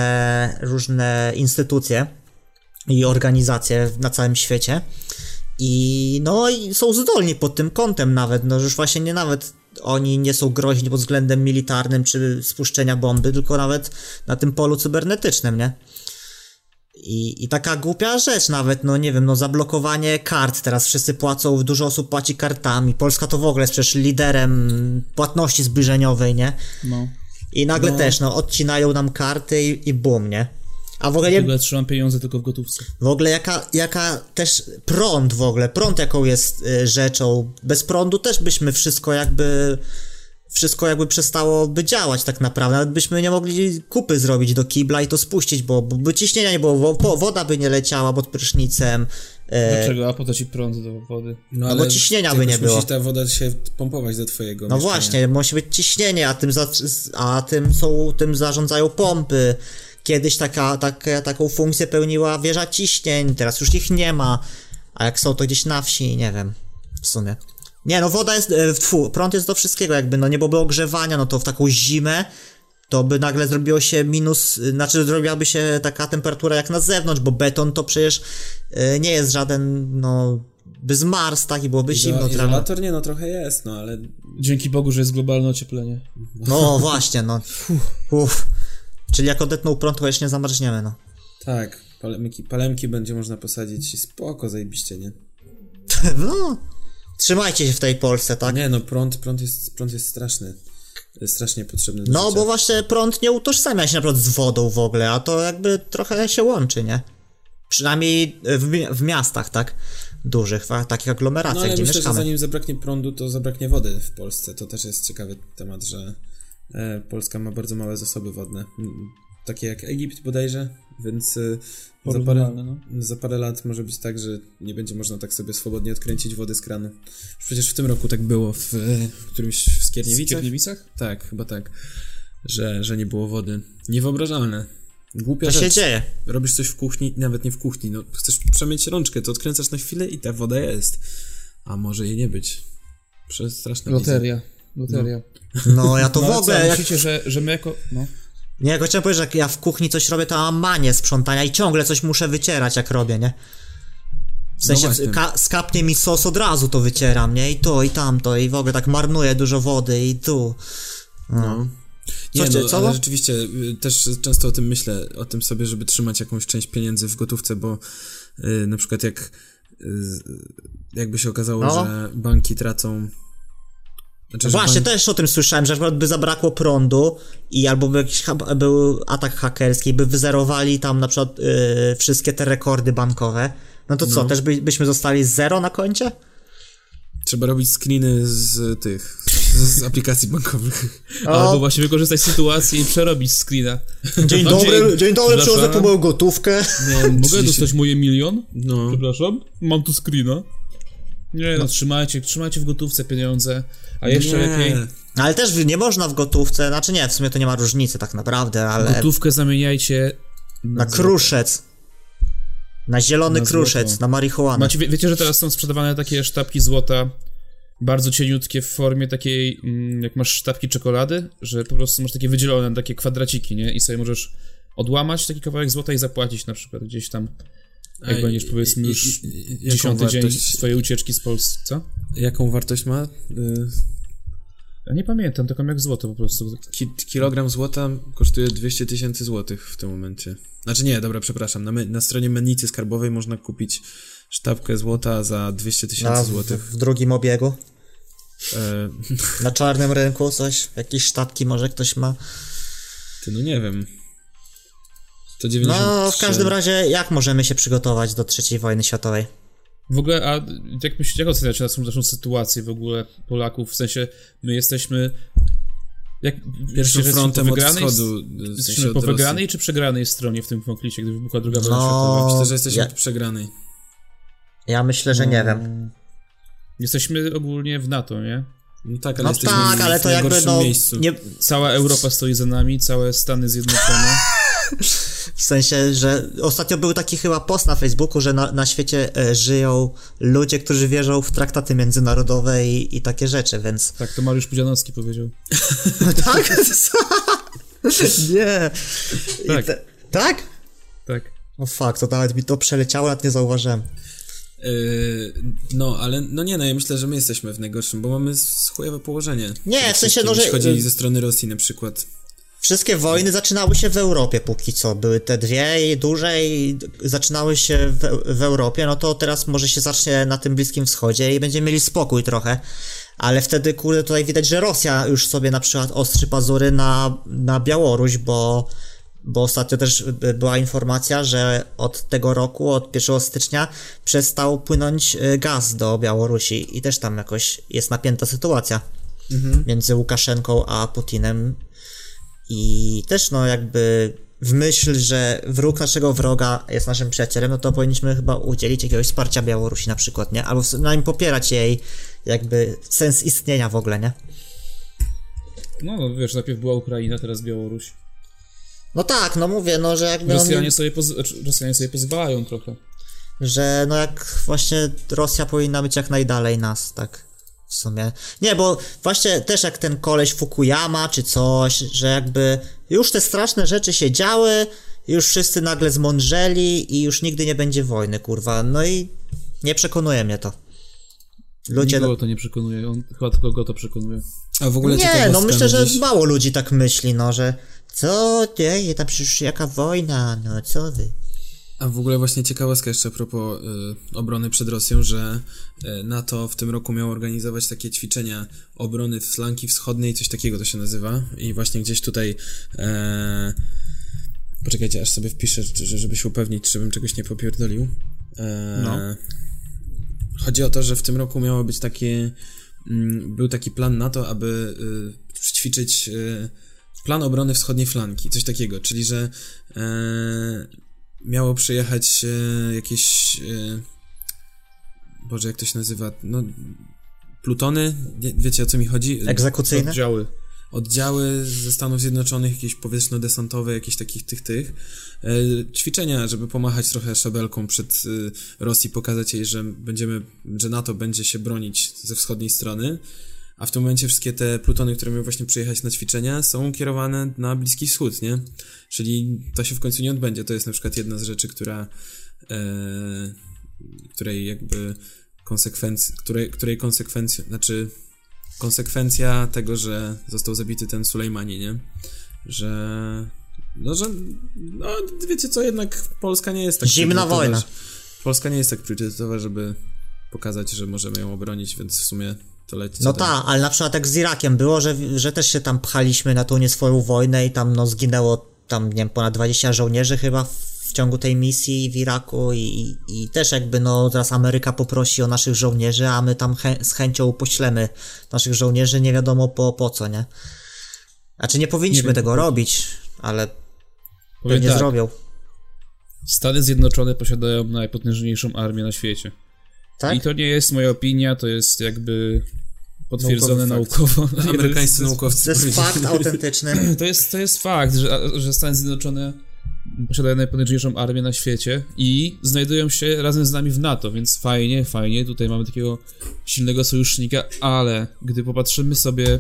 różne instytucje i organizacje na całym świecie i no i są zdolni pod tym kątem nawet, no już właśnie nie nawet oni nie są groźni pod względem militarnym czy spuszczenia bomby, tylko nawet na tym polu cybernetycznym, nie? I taka głupia rzecz nawet, no nie wiem, no zablokowanie kart, teraz wszyscy płacą, dużo osób płaci kartami, Polska to w ogóle jest przecież liderem płatności zbliżeniowej, nie? No. I nagle też, no odcinają nam karty i bum, nie? A w ogóle trzymam pieniądze tylko w gotówce. W ogóle jaka też prąd jaką jest rzeczą. Bez prądu też byśmy wszystko jakby wszystko jakby przestałoby działać tak naprawdę. Nawet byśmy nie mogli kupy zrobić do kibla i to spuścić, bo by ciśnienia nie było, woda by nie leciała pod prysznicem. Dlaczego? A po co ci prąd do wody? No bo ciśnienia by nie było. Musi ta woda się pompować do twojego No mieszkania. właśnie, musi być ciśnienie, tym zarządzają pompy. Kiedyś taką funkcję pełniła wieża ciśnień, teraz już ich nie ma. A jak są to gdzieś na wsi, nie wiem. W sumie. Nie, no woda jest, prąd jest do wszystkiego jakby, no nie byłoby ogrzewania, no to w taką zimę to by nagle zrobiło się zrobiłaby się taka temperatura jak na zewnątrz, bo beton to przecież nie jest żaden, no, by zmarzł, tak, i byłoby zimno. Izolator nie, no trochę jest, no ale... Dzięki Bogu, że jest globalne ocieplenie. No właśnie, no. Czyli jak odetnął prąd, to już nie zamarzniemy, no. Tak, palemki będzie można posadzić i spoko, zajebiście, nie? No, trzymajcie się w tej Polsce, tak? Nie, no prąd jest straszny. Jest strasznie potrzebny do No, życia. bo właśnie prąd nie utożsamia się na przykład z wodą w ogóle, a to jakby trochę się łączy, nie? Przynajmniej w miastach, tak? Dużych, takich aglomeracjach, no, ale gdzie myślę, mieszkamy. że zanim zabraknie prądu, to zabraknie wody w Polsce. To też jest ciekawy temat, że Polska ma bardzo małe zasoby wodne. Takie jak Egipt bodajże, więc za parę lat może być tak, że nie będzie można tak sobie swobodnie odkręcić wody z kranu. Przecież w tym roku tak było w którymś w Skierniewicach? Tak, chyba tak. Że nie było wody. Niewyobrażalne. Głupia To rzecz. się dzieje. Robisz coś w kuchni, nawet nie w kuchni, no chcesz przemyć rączkę, to odkręcasz na chwilę i ta woda jest. A może jej nie być. Straszna Loteria. No, ja to no, w ogóle... Myślicie, że my jako... No. Nie, ja chciałem powiedzieć, że jak ja w kuchni coś robię, to mam manię sprzątania i ciągle coś muszę wycierać, jak robię, nie? W sensie skapnie mi sos, od razu to wycieram, nie? I to, i tamto, i w ogóle tak marnuję dużo wody, i tu. No. Nie, ale rzeczywiście też często o tym myślę, o tym sobie, żeby trzymać jakąś część pieniędzy w gotówce, bo na przykład jakby się okazało, że banki tracą... Znaczy, właśnie, też o tym słyszałem, że by zabrakło prądu i albo by był atak hakerski, by wyzerowali tam na przykład wszystkie te rekordy bankowe, no to co, też byśmy zostali zero na koncie? Trzeba robić screeny z aplikacji bankowych. Albo właśnie wykorzystać sytuację i przerobić screena. Dzień dobry, przychodzę po moją gotówkę. Nie, mogę dostać moje 1 milion? No. Przepraszam, mam tu screena. Nie, no trzymajcie w gotówce pieniądze, a jeszcze lepiej... Ale też nie można w gotówce, znaczy nie, w sumie to nie ma różnicy tak naprawdę, ale... Gotówkę zamieniajcie... Na kruszec. Na zielony kruszec, na marihuanę. Wiecie, że teraz są sprzedawane takie sztabki złota, bardzo cieniutkie w formie takiej, jak masz sztabki czekolady, że po prostu masz takie wydzielone, takie kwadraciki, nie? I sobie możesz odłamać taki kawałek złota i zapłacić na przykład gdzieś tam, jak będziesz powiedzmy już 10. dzień swojej ucieczki z Polski, co? Jaką wartość ma? Ja nie pamiętam, taką jak złoto po prostu. Kilogram złota kosztuje 200 000 złotych w tym momencie. Znaczy nie, dobra, przepraszam. Na stronie Mennicy Skarbowej można kupić sztabkę złota za 200 000 złotych. W drugim obiegu? Na czarnym rynku coś? Jakieś sztabki może ktoś ma? Ty, no nie wiem. 193. No, w każdym razie, jak możemy się przygotować do III wojny światowej? W ogóle, a jak myślicie, jak oceniacie naszą sytuację w ogóle Polaków? W sensie, my jesteśmy... Pierwszym frontem od wschodu. Jesteśmy po wygranej czy przegranej stronie w tym konflikcie, gdy wybuchła II wojna światowa? Myślę, że jesteśmy po przegranej. Ja myślę, że nie wiem. Jesteśmy ogólnie w NATO, nie? No tak, ale jesteśmy w to jakby miejscu. Cała Europa stoi za nami, całe Stany Zjednoczone. W sensie, że ostatnio był taki chyba post na Facebooku, że na świecie żyją ludzie, którzy wierzą w traktaty międzynarodowe i takie rzeczy, więc... Tak, to Mariusz Pudzianowski powiedział. Tak? Nie. Tak. Tak? Tak. O fuck, to nawet mi to przeleciało, nawet nie zauważyłem. Ja myślę, że my jesteśmy w najgorszym, bo mamy chujowe położenie. Nie, w sensie, że... Jeśli chodzi ze strony Rosji na przykład. Wszystkie wojny zaczynały się w Europie póki co. Były te dwie i duże i zaczynały się w Europie, no to teraz może się zacznie na tym Bliskim Wschodzie i będziemy mieli spokój trochę. Ale wtedy, tutaj widać, że Rosja już sobie na przykład ostrzy pazury na Białoruś, bo ostatnio też była informacja, że od tego roku, od 1 stycznia przestał płynąć gaz do Białorusi i też tam jakoś jest napięta sytuacja. między Łukaszenką a Putinem i też no jakby w myśl, że wróg naszego wroga jest naszym przyjacielem, no to powinniśmy chyba udzielić jakiegoś wsparcia Białorusi na przykład, nie? Albo na nim popierać jej jakby sens istnienia w ogóle, nie? No wiesz, najpierw była Ukraina, teraz Białoruś. No tak, no mówię, no że jakby... Rosjanie sobie pozwalają trochę. Że no jak właśnie Rosja powinna być jak najdalej nas, tak w sumie. Nie, bo właśnie też jak ten koleś Fukuyama czy coś, że jakby już te straszne rzeczy się działy, już wszyscy nagle zmądrzeli i już nigdy nie będzie wojny, kurwa. No i nie przekonuje mnie to. Ludzie... Nikogo to nie przekonuje, on chyba tylko go to przekonuje. A w ogóle nie, no myślę, że mało ludzi tak myśli, no, że co dzieje, tam przecież jaka wojna, no co wy. A w ogóle właśnie ciekawostka jeszcze a propos obrony przed Rosją, że NATO w tym roku miało organizować takie ćwiczenia obrony flanki wschodniej, coś takiego to się nazywa i właśnie gdzieś tutaj poczekajcie, aż sobie wpiszę, żeby się upewnić, żebym czegoś nie popierdolił. Chodzi o to, że w tym roku miało być był taki plan NATO, aby ćwiczyć plan obrony wschodniej flanki, coś takiego, czyli że miało przyjechać jakieś Boże, jak to się nazywa? No, plutony? Wiecie, o co mi chodzi? Egzekucyjne? Oddziały ze Stanów Zjednoczonych, jakieś powietrzno-desantowe, jakieś takich tych ćwiczenia, żeby pomachać trochę szabelką przed Rosji, pokazać jej, że NATO będzie się bronić ze wschodniej strony, a w tym momencie wszystkie te plutony, które miały właśnie przyjechać na ćwiczenia, są kierowane na Bliski Wschód, nie? Czyli to się w końcu nie odbędzie. To jest na przykład jedna z rzeczy, której jakby konsekwencja tego, że został zabity ten Sulejmani, nie? Wiecie co, jednak Polska nie jest tak... Zimna wojna. Polska nie jest tak priorytetowa, żeby pokazać, że możemy ją obronić, więc w sumie to leci. No tak, ale na przykład jak z Irakiem było, że też się tam pchaliśmy na tą nie swoją wojnę i tam no zginęło tam, nie wiem, ponad 20 żołnierzy chyba w ciągu tej misji w Iraku i też jakby no teraz Ameryka poprosi o naszych żołnierzy, a my tam z chęcią poślemy naszych żołnierzy, nie wiadomo po co, nie? Znaczy nie powinniśmy tego robić, ale pewnie tak zrobią. Stany Zjednoczone posiadają najpotężniejszą armię na świecie. Tak? I to nie jest moja opinia, to jest jakby potwierdzone naukowo. Amerykańscy naukowcy. To jest fakt autentyczny. To jest fakt, że Stany Zjednoczone posiadają najpotężniejszą armię na świecie i znajdują się razem z nami w NATO, więc fajnie, tutaj mamy takiego silnego sojusznika, ale gdy popatrzymy sobie,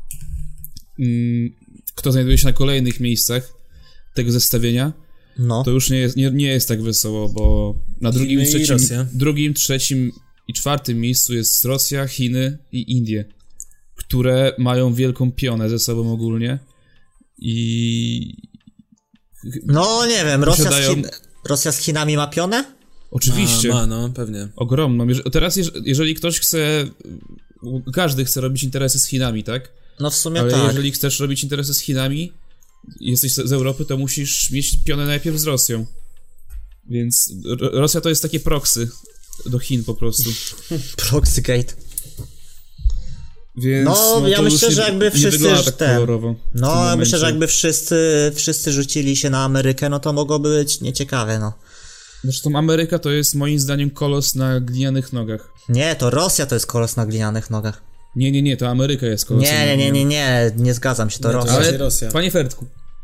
kto znajduje się na kolejnych miejscach tego zestawienia, to już nie jest tak wesoło, bo na drugim, trzecim i czwartym miejscu jest Rosja, Chiny i Indie, które mają wielką pionę ze sobą ogólnie i... No nie wiem, Rosja z Chinami ma pionę? Oczywiście. No pewnie. Ogromną. Teraz jeżeli ktoś każdy chce robić interesy z Chinami, tak? No w sumie ale tak. Ale jeżeli chcesz robić interesy z Chinami, jesteś z Europy, to musisz mieć pionę najpierw z Rosją. Więc Rosja to jest takie proxy do Chin po prostu. Proxygate. Więc, ja myślę, że jakby wszyscy myślę, że jakby wszyscy rzucili się na Amerykę, no to mogłoby być nieciekawe, no. Zresztą Ameryka to jest moim zdaniem kolos na glinianych nogach. Nie, to Rosja to jest kolos na glinianych nogach. Nie, to Ameryka jest kolosem na glinianych nogach. Nie zgadzam się, to Rosja. Ale Rosja. Panie Fertku.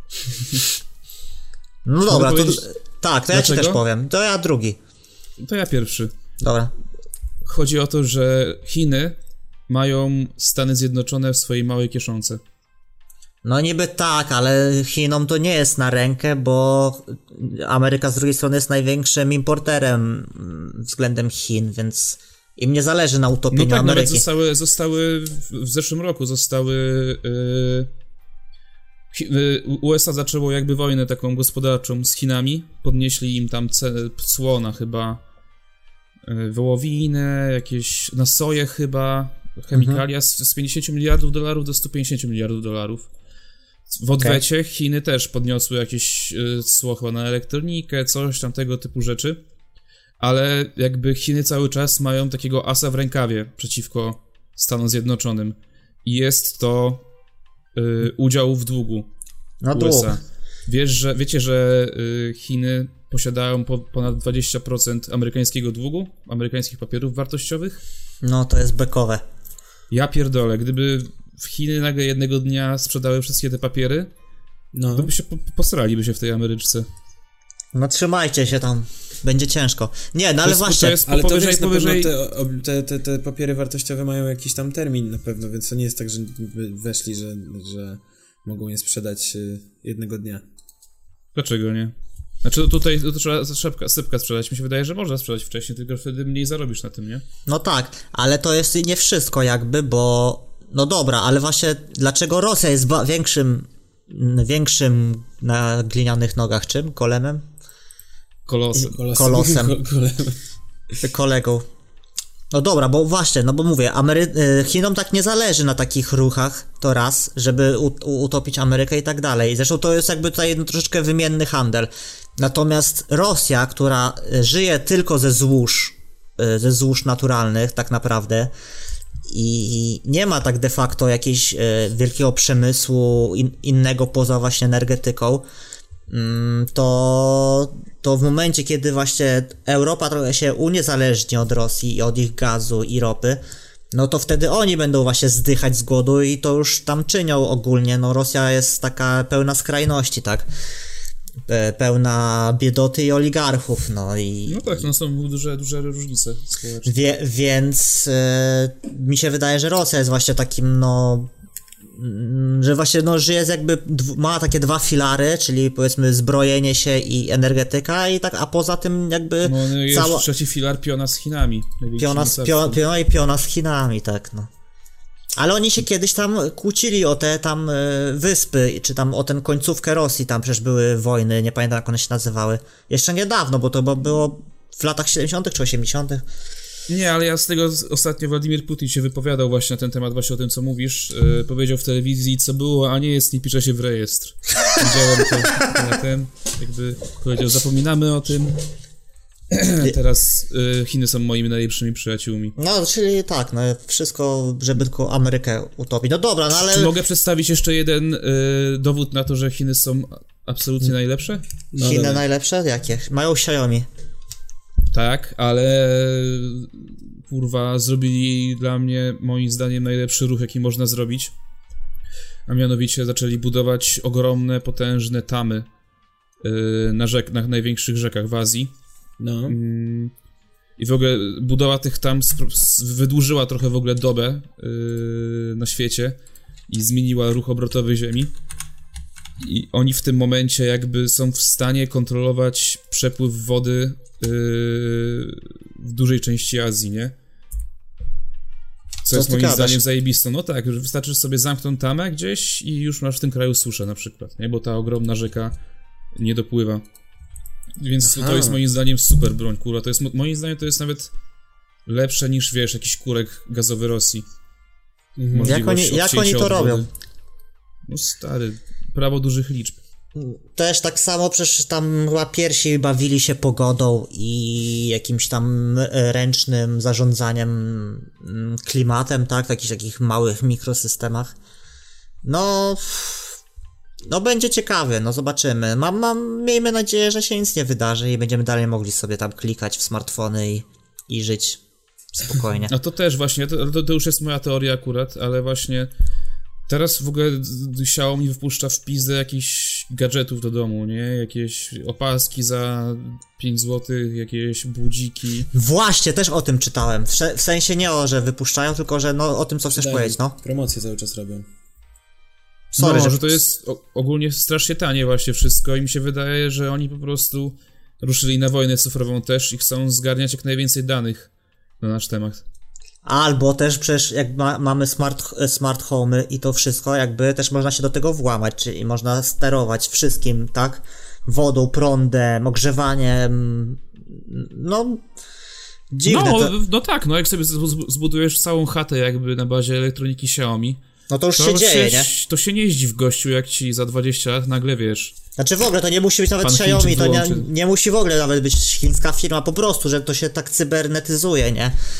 No dobra, to ja ci też powiem. To ja drugi. To ja pierwszy. Dobra. Chodzi o to, że Chiny mają Stany Zjednoczone w swojej małej kieszonce. No niby tak, ale Chinom to nie jest na rękę, bo Ameryka z drugiej strony jest największym importerem względem Chin, więc im nie zależy na utopieniu Ameryki. Nawet zostały w zeszłym roku USA zaczęło jakby wojnę taką gospodarczą z Chinami, podnieśli im tam cło na chyba wołowinę, jakieś na soję chyba, chemikalia z 50 miliardów dolarów do 150 miliardów dolarów. W odwecie Chiny też podniosły jakieś cło chyba na elektronikę, coś tam tego typu rzeczy, ale jakby Chiny cały czas mają takiego asa w rękawie przeciwko Stanom Zjednoczonym jest to udział w długu USA. Wiecie, że Chiny posiadają ponad 20% amerykańskiego długu, amerykańskich papierów wartościowych? No to jest bekowe. Ja pierdolę, gdyby w Chiny nagle jednego dnia sprzedały wszystkie te papiery, to by się posraliby się w tej Ameryczce. No trzymajcie się tam, będzie ciężko. Nie, no ale właśnie... Ale to wiesz, powyżej... te papiery wartościowe mają jakiś tam termin na pewno, więc to nie jest tak, że weszli, że mogą je sprzedać jednego dnia. Dlaczego nie? Znaczy tutaj to trzeba sypka sprzedać. Mi się wydaje, że można sprzedać wcześniej, tylko wtedy mniej zarobisz na tym, nie? No tak, ale to jest nie wszystko jakby, bo... No dobra, ale właśnie dlaczego Rosja jest większym na glinianych nogach czym? Kolemem? Kolosem. Kolegą. No dobra, bo właśnie, no bo mówię, Chinom tak nie zależy na takich ruchach, to raz, żeby utopić Amerykę i tak dalej. Zresztą to jest jakby tutaj troszeczkę wymienny handel. Natomiast Rosja, która żyje tylko ze złóż naturalnych tak naprawdę i nie ma tak de facto jakiegoś wielkiego przemysłu innego poza właśnie energetyką, to w momencie, kiedy właśnie Europa trochę się uniezależni od Rosji i od ich gazu i ropy, no to wtedy oni będą właśnie zdychać z głodu i to już tam czynią ogólnie. No Rosja jest taka pełna skrajności, tak? Pełna biedoty i oligarchów, no i... No tak, no są duże różnice społeczne. Więc mi się wydaje, że Rosja jest właśnie takim, no... że właśnie, no, żyje jakby, ma takie dwa filary, czyli powiedzmy zbrojenie się i energetyka i tak, a poza tym jakby... No jest trzeci filar, piona z Chinami. Piona z Chinami, tak, no. Ale oni się kiedyś tam kłócili o te tam wyspy, czy tam o tę końcówkę Rosji, tam przecież były wojny, nie pamiętam jak one się nazywały. Jeszcze niedawno, bo to było w latach 70. czy 80. Nie, ale ja z tego ostatnio Władimir Putin się wypowiadał właśnie na ten temat, właśnie o tym, co mówisz. Powiedział w telewizji, co było, a nie jest, nie pisze się w rejestr. Widziałem to na ten, jakby powiedział, zapominamy o tym. Teraz Chiny są moimi najlepszymi przyjaciółmi. No, czyli tak, no wszystko, żeby tylko Amerykę utopić. No dobra, no ale... Czy mogę przedstawić jeszcze jeden dowód na to, że Chiny są absolutnie najlepsze? No, Chiny dobra. Najlepsze? Jakie? Mają Xiaomi. Tak, ale kurwa zrobili dla mnie, moim zdaniem, najlepszy ruch, jaki można zrobić. A mianowicie zaczęli budować ogromne, potężne tamy na największych rzekach w Azji. No. I w ogóle budowa tych tam wydłużyła trochę w ogóle dobę na świecie i zmieniła ruch obrotowy Ziemi. I oni w tym momencie jakby są w stanie kontrolować przepływ wody w dużej części Azji, nie? Co jest moim zdaniem zajebistą. No tak, że wystarczy sobie zamknąć tamę gdzieś i już masz w tym kraju suszę na przykład, nie? Bo ta ogromna rzeka nie dopływa. Więc to jest moim zdaniem super broń, kurwa. To jest, moim zdaniem to jest nawet lepsze niż, wiesz, jakiś kurek gazowy Rosji. Jak oni to robią? No stary, prawo dużych liczb. Też tak samo, przecież tam chyba pierwsi bawili się pogodą i jakimś tam ręcznym zarządzaniem klimatem, tak? W jakichś takich małych mikrosystemach. No będzie ciekawie, no zobaczymy. Miejmy nadzieję, że się nic nie wydarzy i będziemy dalej mogli sobie tam klikać w smartfony i żyć spokojnie. No to też właśnie, to już jest moja teoria akurat, ale właśnie teraz w ogóle Xiaomi wypuszcza w pizdę jakichś gadżetów do domu, nie? Jakieś opaski za 5 zł, jakieś budziki. Właśnie, też o tym czytałem. W sensie nie że wypuszczają, tylko że no o tym, co chcesz powiedzieć, no. Promocje cały czas robią. Sorry, że to jest ogólnie strasznie tanie właśnie wszystko i mi się wydaje, że oni po prostu ruszyli na wojnę cyfrową też i chcą zgarniać jak najwięcej danych na nasz temat. Albo też przecież jak mamy smart home'y i to wszystko, jakby też można się do tego włamać, czyli można sterować wszystkim, tak? Wodą, prądem, ogrzewaniem, no... Dziwne no tak, no jak sobie zbudujesz całą chatę jakby na bazie elektroniki Xiaomi, no to już się dzieje, nie? To się nie jeździ w gościu, jak ci za 20 lat nagle, wiesz... Znaczy w ogóle to nie musi być nawet Xiaomi, to nie musi w ogóle nawet być chińska firma, po prostu, że to się tak cybernetyzuje, nie?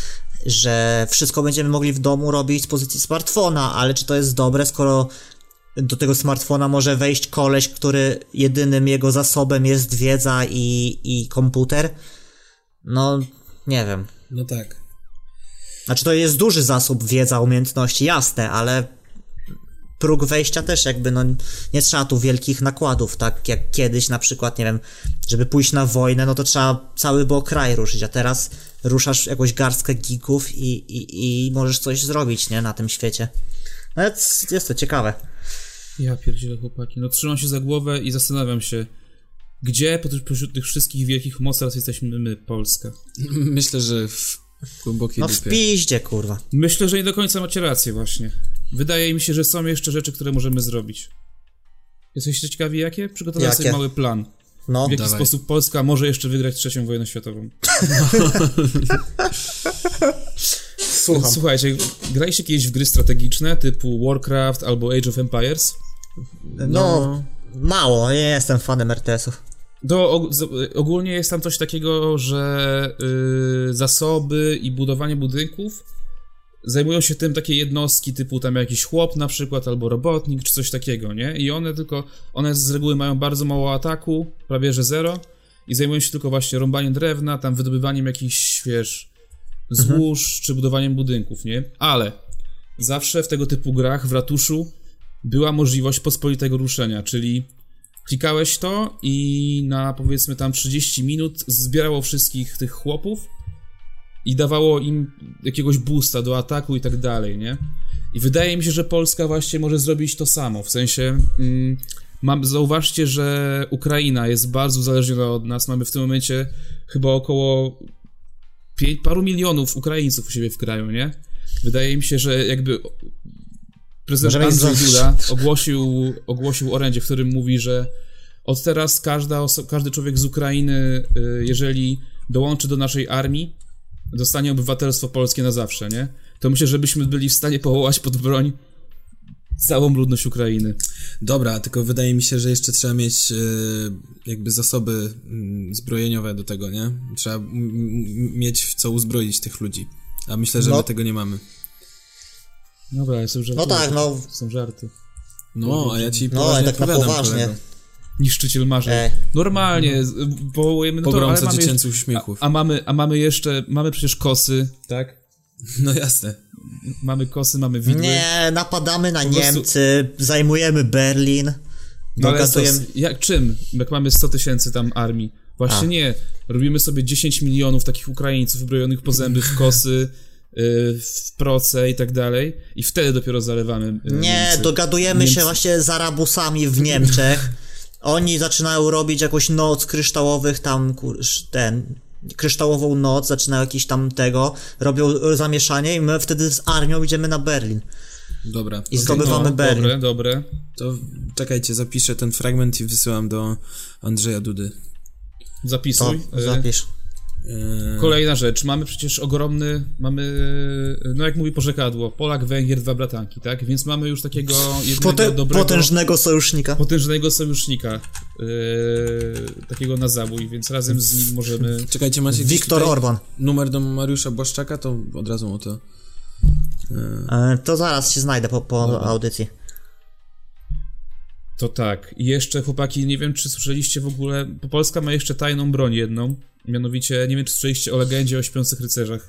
że wszystko będziemy mogli w domu robić z pozycji smartfona, ale czy to jest dobre, skoro do tego smartfona może wejść koleś, który jedynym jego zasobem jest wiedza i komputer? No, nie wiem. No tak. Znaczy to jest duży zasób, wiedza, umiejętności, jasne, ale próg wejścia też jakby, no nie trzeba tu wielkich nakładów, tak jak kiedyś na przykład, nie wiem, żeby pójść na wojnę, no to trzeba cały kraj ruszyć, a teraz ruszasz jakąś garstkę geeków i możesz coś zrobić, nie, na tym świecie. No jest to ciekawe. Ja pierdzielę, chłopaki, no trzymam się za głowę i zastanawiam się, gdzie pośród tych wszystkich wielkich mocarstw jesteśmy my, Polska? Myślę, że w głębokiej dupie. No w piździe, kurwa. Myślę, że nie do końca macie rację właśnie. Wydaje mi się, że są jeszcze rzeczy, które możemy zrobić. Jesteście ciekawi jakie? Przygotowałem sobie mały plan. No, w jaki sposób Polska może jeszcze wygrać III wojnę światową. Słucham. Słuchajcie, graliście kiedyś w gry strategiczne typu Warcraft albo Age of Empires? No mało, nie jestem fanem RTS-ów. Ogólnie jest tam coś takiego, że zasoby i budowanie budynków zajmują się tym takie jednostki typu tam jakiś chłop na przykład, albo robotnik, czy coś takiego, nie? I one z reguły mają bardzo mało ataku, prawie że zero, i zajmują się tylko właśnie rąbaniem drewna, tam wydobywaniem jakichś, wiesz, złóż, czy budowaniem budynków, nie? Ale zawsze w tego typu grach w ratuszu była możliwość pospolitego ruszenia, czyli klikałeś to i na powiedzmy tam 30 minut zbierało wszystkich tych chłopów i dawało im jakiegoś boosta do ataku i tak dalej, nie? I wydaje mi się, że Polska właśnie może zrobić to samo, w sensie zauważcie, że Ukraina jest bardzo uzależniona od nas, mamy w tym momencie chyba około paru milionów Ukraińców u siebie w kraju, nie? Wydaje mi się, że jakby prezydent Andrzej Duda ogłosił orędzie, w którym mówi, że od teraz każdy człowiek z Ukrainy, jeżeli dołączy do naszej armii, dostanie obywatelstwo polskie na zawsze, nie? To myślę, że byśmy byli w stanie powołać pod broń całą ludność Ukrainy. Dobra, tylko wydaje mi się, że jeszcze trzeba mieć jakby zasoby zbrojeniowe do tego, nie? Trzeba mieć w co uzbroić tych ludzi. A myślę, że my tego nie mamy. Dobra, są żarty. No tak, no. Są żarty. No, a ja ci poważnie tak na poważnie. Kolego. Niszczyciel marzeń. Normalnie powołujemy to, pogromca dziecięcych uśmiechów. A mamy jeszcze, mamy przecież kosy, tak? No jasne. Mamy kosy, mamy widły. Nie, napadamy na Niemcy, zajmujemy Berlin. No ale czym? Jak mamy 100 000 tam armii. Właśnie nie. Robimy sobie 10 milionów takich Ukraińców ubrojonych po zęby w kosy, w proce i tak dalej. I wtedy dopiero zalewamy Nie, dogadujemy się właśnie z Arabusami w Niemczech. Oni zaczynają robić jakąś noc kryształowych tam, kryształową noc, zaczynają jakiś tam robią zamieszanie i my wtedy z armią idziemy na Berlin. Dobra. I zdobywamy Berlin. Dobre. To czekajcie, zapiszę ten fragment i wysyłam do Andrzeja Dudy. Zapisuj. Zapisz. Kolejna rzecz, mamy przecież no jak mówi porzekadło, Polak, Węgier, dwa bratanki, tak? Więc mamy już takiego jednego dobrego... Potężnego sojusznika. Takiego na zabój, więc razem z nim możemy... Czekajcie, macie Viktor Orban. Numer do Mariusza Błaszczaka, to od razu mu to... To zaraz się znajdę po audycji. To tak. I jeszcze, chłopaki, nie wiem, czy słyszeliście w ogóle, bo Polska ma jeszcze tajną broń jedną, mianowicie, nie wiem, czy słyszeliście o legendzie o śpiących rycerzach.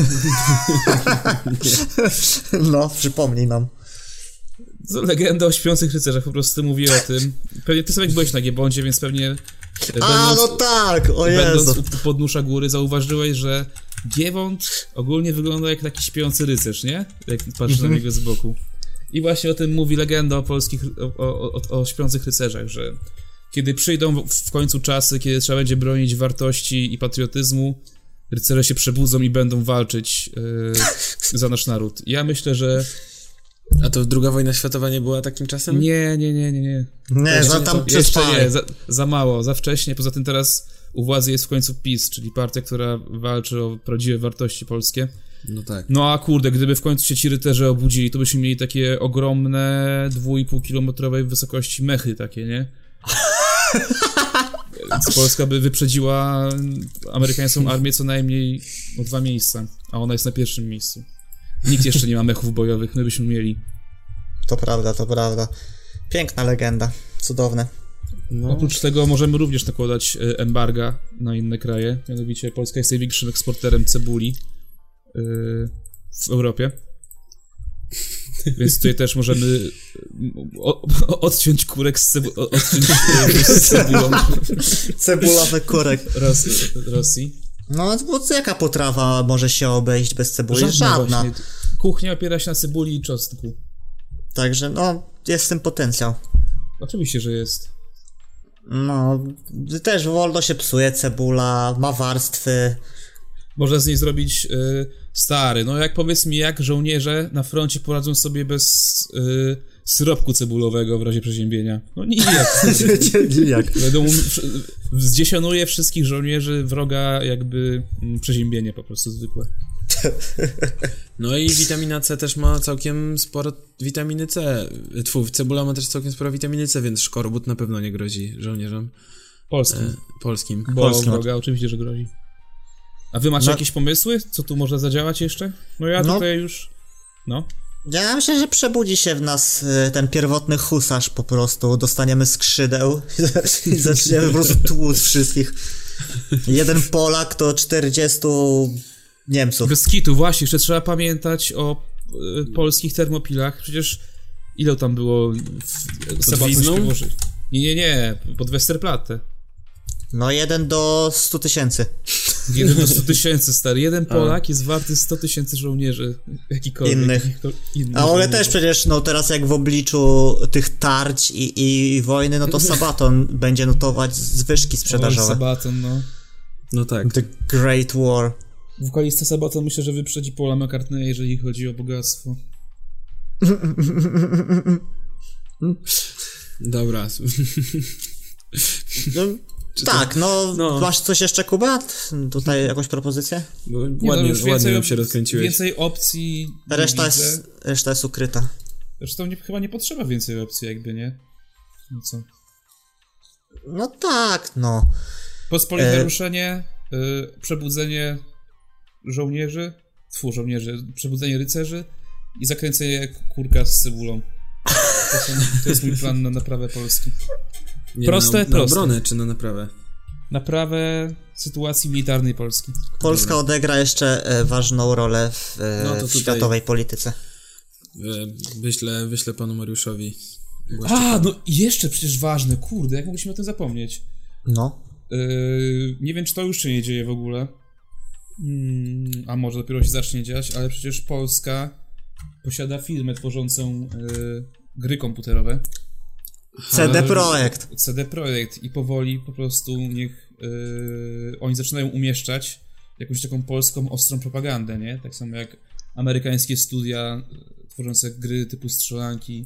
No, przypomnij nam. Legenda o śpiących rycerzach, po prostu mówi o tym. Pewnie ty sobie byłeś na Giebondzie, więc pewnie... no tak, o Jezu. Będąc u podnóża góry, zauważyłeś, że Giewont ogólnie wygląda jak taki śpiący rycerz, nie? Jak patrzysz na niego z boku. I właśnie o tym mówi legenda o polskich, o śpiących rycerzach, że kiedy przyjdą w końcu czasy, kiedy trzeba będzie bronić wartości i patriotyzmu, rycerze się przebudzą i będą walczyć za nasz naród. Ja myślę, że... A to II wojna światowa nie była takim czasem? Nie. Nie, za mało, za wcześnie. Poza tym teraz u władzy jest w końcu PiS, czyli partia, która walczy o prawdziwe wartości polskie. No tak. No a kurde, gdyby w końcu się ci rycerze obudzili, to byśmy mieli takie ogromne 2,5 kilometrowej wysokości mechy takie, nie? Polska by wyprzedziła amerykańską armię co najmniej o 2 miejsca, a ona jest na pierwszym miejscu. Nikt jeszcze nie ma mechów bojowych, my byśmy mieli. To prawda. Piękna legenda, cudowne. No. Oprócz tego możemy również nakładać embarga na inne kraje, mianowicie Polska jest największym eksporterem cebuli w Europie. Więc tutaj też możemy odciąć kurek z cebulą. Cebulowy kurek Rosji. No, bo jaka potrawa może się obejść bez cebuli? Żadna. Kuchnia opiera się na cebuli i czosnku. Także, jest w tym potencjał. Oczywiście, że jest. No, też wolno się psuje cebula, ma warstwy. Można z niej zrobić stary. No jak powiedz mi, jak żołnierze na froncie poradzą sobie bez syropku cebulowego w razie przeziębienia? No nijak. Nijak. Zdziesionuje wszystkich żołnierzy wroga jakby przeziębienie po prostu zwykłe. No i witamina C też ma całkiem sporo witaminy C. Cebula ma też całkiem sporo witaminy C, więc szkorbut na pewno nie grozi żołnierzom. Polskim. Wroga oczywiście, że grozi. A wy macie jakieś pomysły? Co tu może zadziałać jeszcze? No ja tutaj już... Ja myślę, że przebudzi się w nas ten pierwotny husarz po prostu. Dostaniemy skrzydeł i zaczniemy po prostu tłuc wszystkich. Jeden Polak to 40 Niemców. Bez kitu, właśnie. Jeszcze trzeba pamiętać o polskich termopilach. Przecież ile tam było... Pod Wizną? Nie. Pod Westerplatte. No 1 do 100 tysięcy. 1 do 100 tysięcy, stary. Jeden Polak jest warty 100 tysięcy żołnierzy. Jakikolwiek. Innych. A ale też przecież, teraz jak w obliczu tych tarć i wojny, to Sabaton będzie notować zwyżki sprzedażowe. Sabaton, No tak. The Great War. Wokalista Sabaton myślę, że wyprzedzi Paula McCartneya, jeżeli chodzi o bogactwo. Dobra. Tak, masz coś jeszcze, Kuba? Tutaj jakąś propozycję? Ładnie się rozkręciłeś. Więcej opcji. Reszta jest ukryta. Zresztą chyba nie potrzeba więcej opcji, jakby, nie? No co? No tak, Pospolite naruszenie, przebudzenie żołnierzy, przebudzenie rycerzy i zakręcenie kurka z cebulą. To jest mój plan na naprawę Polski. Proste. Na obronę czy na naprawę? Naprawę sytuacji militarnej Polski. Polska odegra jeszcze ważną rolę w światowej polityce. Wyślę panu Mariuszowi. I jeszcze przecież ważne, kurde, jak mogliśmy o tym zapomnieć? Nie wiem, czy to już się nie dzieje w ogóle. A może dopiero się zacznie dziać, ale przecież Polska posiada firmę tworzącą gry komputerowe. CD Projekt i powoli po prostu niech oni zaczynają umieszczać jakąś taką polską ostrą propagandę, nie? Tak samo jak amerykańskie studia tworzące gry typu strzelanki,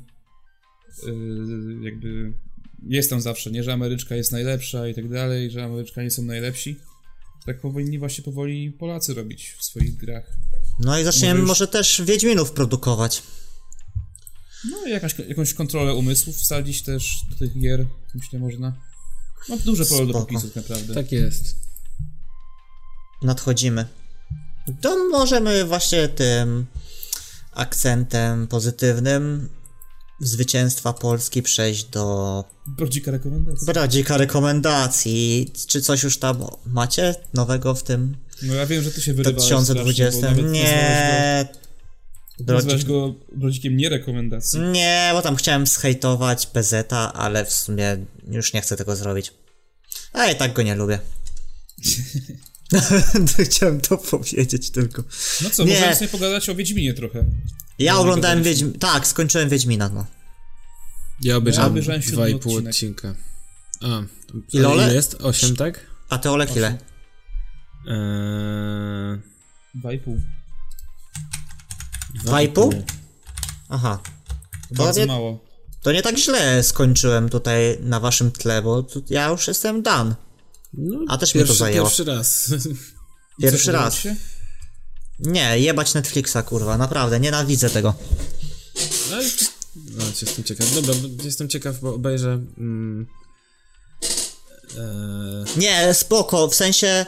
jakby jest tam zawsze, nie? Że Ameryczka jest najlepsza i tak dalej, że Ameryczkanie są najlepsi. Tak powinni właśnie powoli Polacy robić w swoich grach. No i zaczniemy może też Wiedźminów produkować. No i jakąś kontrolę umysłów wsadzić też do tych gier, myślę, można. Duże pole do popisów, naprawdę. Tak jest. Nadchodzimy. To możemy właśnie tym akcentem pozytywnym zwycięstwa Polski przejść do... Brodzika rekomendacji. Czy coś już tam macie nowego w tym... No ja wiem, że ty się wyrywałeś 2020. Nie... Nazwać go brodzikiem nie rekomendacji. Nie, bo tam chciałem zhejtować Bezeta, ale w sumie już nie chcę tego zrobić. A i tak go nie lubię. Chciałem to powiedzieć tylko. No co, możemy sobie pogadać o Wiedźminie trochę. Ja oglądałem Wiedźmina. Tak, skończyłem Wiedźmina, Ja obejrzałem 2,5 odcinka. Ile jest? 8, tak? A ty, Olek, ile? 2,5. 2,5? Aha. Bardzo mało. To nie tak źle skończyłem tutaj na waszym tle, bo ja już jestem done. A też mnie to zajęło. Pierwszy raz. Pierwszy raz. Nie, jebać Netflixa, kurwa, naprawdę, nienawidzę tego. Jestem ciekaw. Dobra, jestem ciekaw, bo obejrzę Nie, spoko, w sensie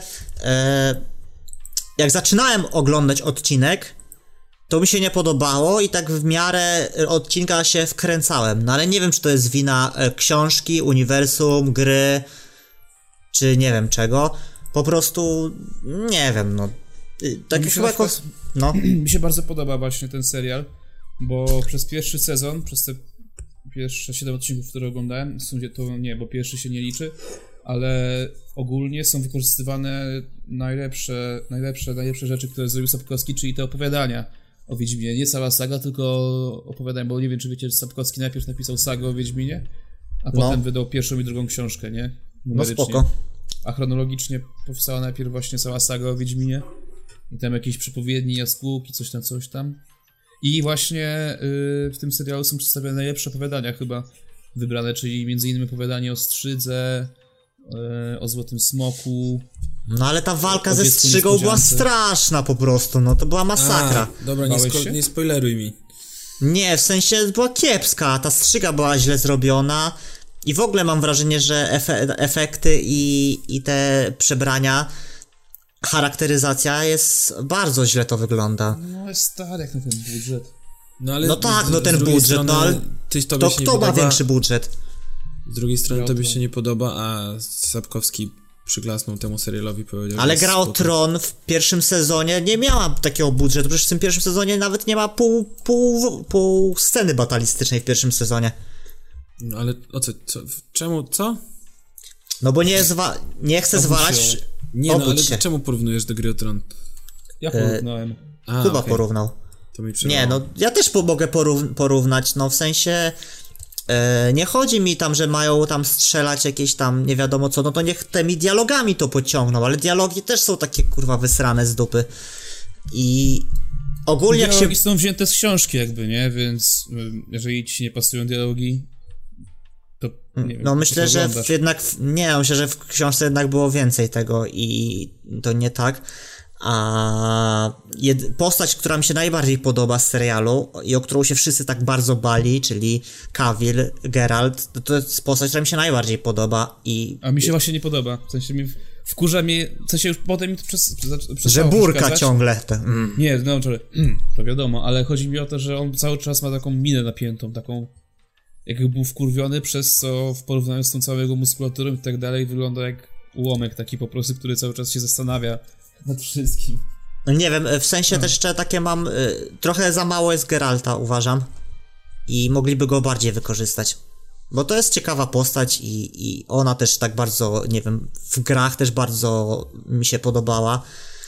jak zaczynałem oglądać odcinek, to mi się nie podobało i tak w miarę odcinka się wkręcałem, no ale nie wiem, czy to jest wina książki, uniwersum, gry, czy nie wiem czego, po prostu nie wiem, no. Tak chyba no. Mi się bardzo podoba właśnie ten serial, bo przez pierwszy sezon, przez te pierwsze 7 odcinków, które oglądałem, w sumie to nie, bo pierwszy się nie liczy, ale ogólnie są wykorzystywane najlepsze rzeczy, które zrobił Sapkowski, czyli te opowiadania o Wiedźminie. Nie cała saga, tylko opowiadania, bo nie wiem, czy wiecie, że Sapkowski najpierw napisał sagę o Wiedźminie, a potem wydał pierwszą i drugą książkę, nie? Numerycznie. No spoko. A chronologicznie powstała najpierw właśnie cała saga o Wiedźminie i tam jakieś przepowiednie, jaskółki, coś tam. I właśnie w tym serialu są przedstawione najlepsze opowiadania chyba wybrane, czyli między innymi opowiadanie o Strzydze, o Złotym Smoku. No ale ta walka ze Strzygą była straszna po prostu, no to była masakra. Dobra, nie spoileruj mi. Nie, w sensie była kiepska, ta Strzyga była źle zrobiona i w ogóle mam wrażenie, że efekty i te przebrania, charakteryzacja jest bardzo źle to wygląda. No jest stary jak na ten budżet. No tak, no ten budżet, strony, no ale to kto ma większy budżet? Z drugiej strony tobie się nie podoba, a Sapkowski przyklasnął temu serialowi, powiedział. Ale Gra o Tron w pierwszym sezonie nie miała takiego budżetu, przecież w tym pierwszym sezonie nawet nie ma pół sceny batalistycznej w pierwszym sezonie. No ale o co? Czemu? Co? No bo nie chcę zwalać. Nie, no ale czemu porównujesz do Gry o Tron? Ja porównałem. Chyba porównał. To mi nie, no ja też mogę porównać, no w sensie nie chodzi mi tam, że mają tam strzelać jakieś tam nie wiadomo co, no to niech tymi dialogami to pociągną, ale dialogi też są takie kurwa wysrane z dupy i ogólnie jak się... Dialogi są wzięte z książki jakby, nie? Więc jeżeli ci nie pasują dialogi, to nie wiem, no myślę, że myślę, że w książce jednak było więcej tego i to nie tak. A postać, która mi się najbardziej podoba z serialu i o którą się wszyscy tak bardzo bali, czyli Cavill, Geralt, to jest postać, która mi się najbardziej podoba a mi się właśnie nie podoba, w sensie wkurza mnie, w sensie już potem mi to że burka ciągle. Nie, no to wiadomo, ale chodzi mi o to, że on cały czas ma taką minę napiętą, taką jakby był wkurwiony, przez co w porównaniu z tą całą jego muskulaturą i tak dalej wygląda jak ułomek taki po prostu, który cały czas się zastanawia nad wszystkim. No nie wiem, w sensie też jeszcze takie mam... trochę za mało jest Geralta, uważam. I mogliby go bardziej wykorzystać. Bo to jest ciekawa postać i ona też tak bardzo, nie wiem, w grach też bardzo mi się podobała.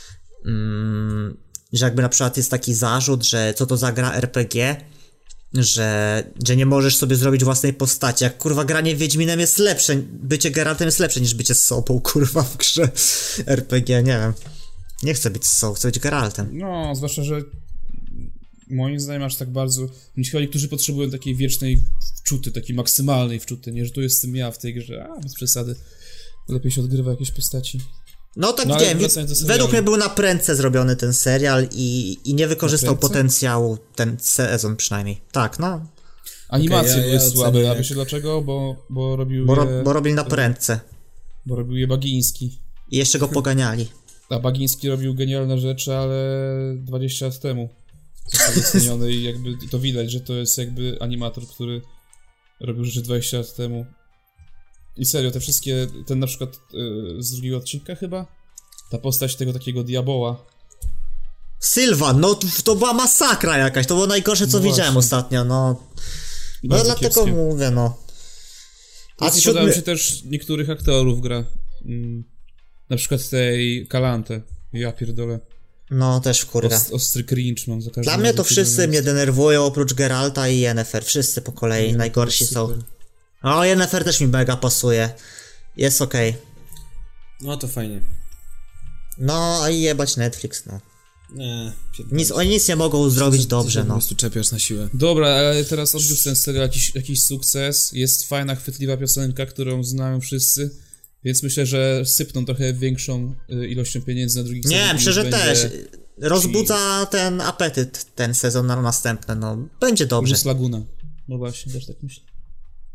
Że jakby na przykład jest taki zarzut, że co to za gra RPG, że nie możesz sobie zrobić własnej postaci. Jak kurwa granie Wiedźminem jest lepsze, bycie Geraltem jest lepsze niż bycie sobą, kurwa, w grze RPG, nie wiem. Nie chcę być sobą, chcę być Geraltem. No, zwłaszcza, że moim zdaniem aż tak bardzo... Chodzi, którzy potrzebują takiej wiecznej wczuty, takiej maksymalnej wczuty, nie, że tu jestem ja w tej grze, bez przesady. Lepiej się odgrywa jakieś postaci. No tak wiem, według mnie był na prędce zrobiony ten serial i nie wykorzystał potencjału ten sezon przynajmniej. Tak, no. Animacje były słabe, a wiecie dlaczego? Bo robił bo robili na prędce. Bo robił je Bagiński. I jeszcze go poganiali. A Bagiński robił genialne rzeczy, ale 20 lat temu został doceniony i jakby to widać, że to jest jakby animator, który robił rzeczy 20 lat temu. I serio, te wszystkie, ten na przykład z drugiego odcinka chyba, ta postać tego takiego diaboła. Sylwan, no to była masakra jakaś, to było najgorsze co widziałem ostatnio, no. No dlatego kiepskie. Mówię, no. A podoba mi się też niektórych aktorów gra. Na przykład tej Kalantę. Ja pierdolę. No, też wkurwa. Ostry cringe mam za każdym Dla mnie to wszyscy mnie denerwują, oprócz Geralta i Yennefer. Wszyscy po kolei najgorsi są. O, Yennefer też mi mega pasuje. Jest okej. No to fajnie. No i jebać Netflix, no. Nie. Oni nic nie mogą zrobić dobrze, no. Po prostu czepiasz na siłę. Dobra, ale teraz odniósł ten serial jakiś sukces. Jest fajna, chwytliwa piosenka, którą znają wszyscy. Więc myślę, że sypną trochę większą ilością pieniędzy na drugi sezon. Nie, myślę, że też. Rozbudza ten apetyt ten sezon na następny, no. Będzie dobrze. Jest Laguna. No właśnie, też tak myślę.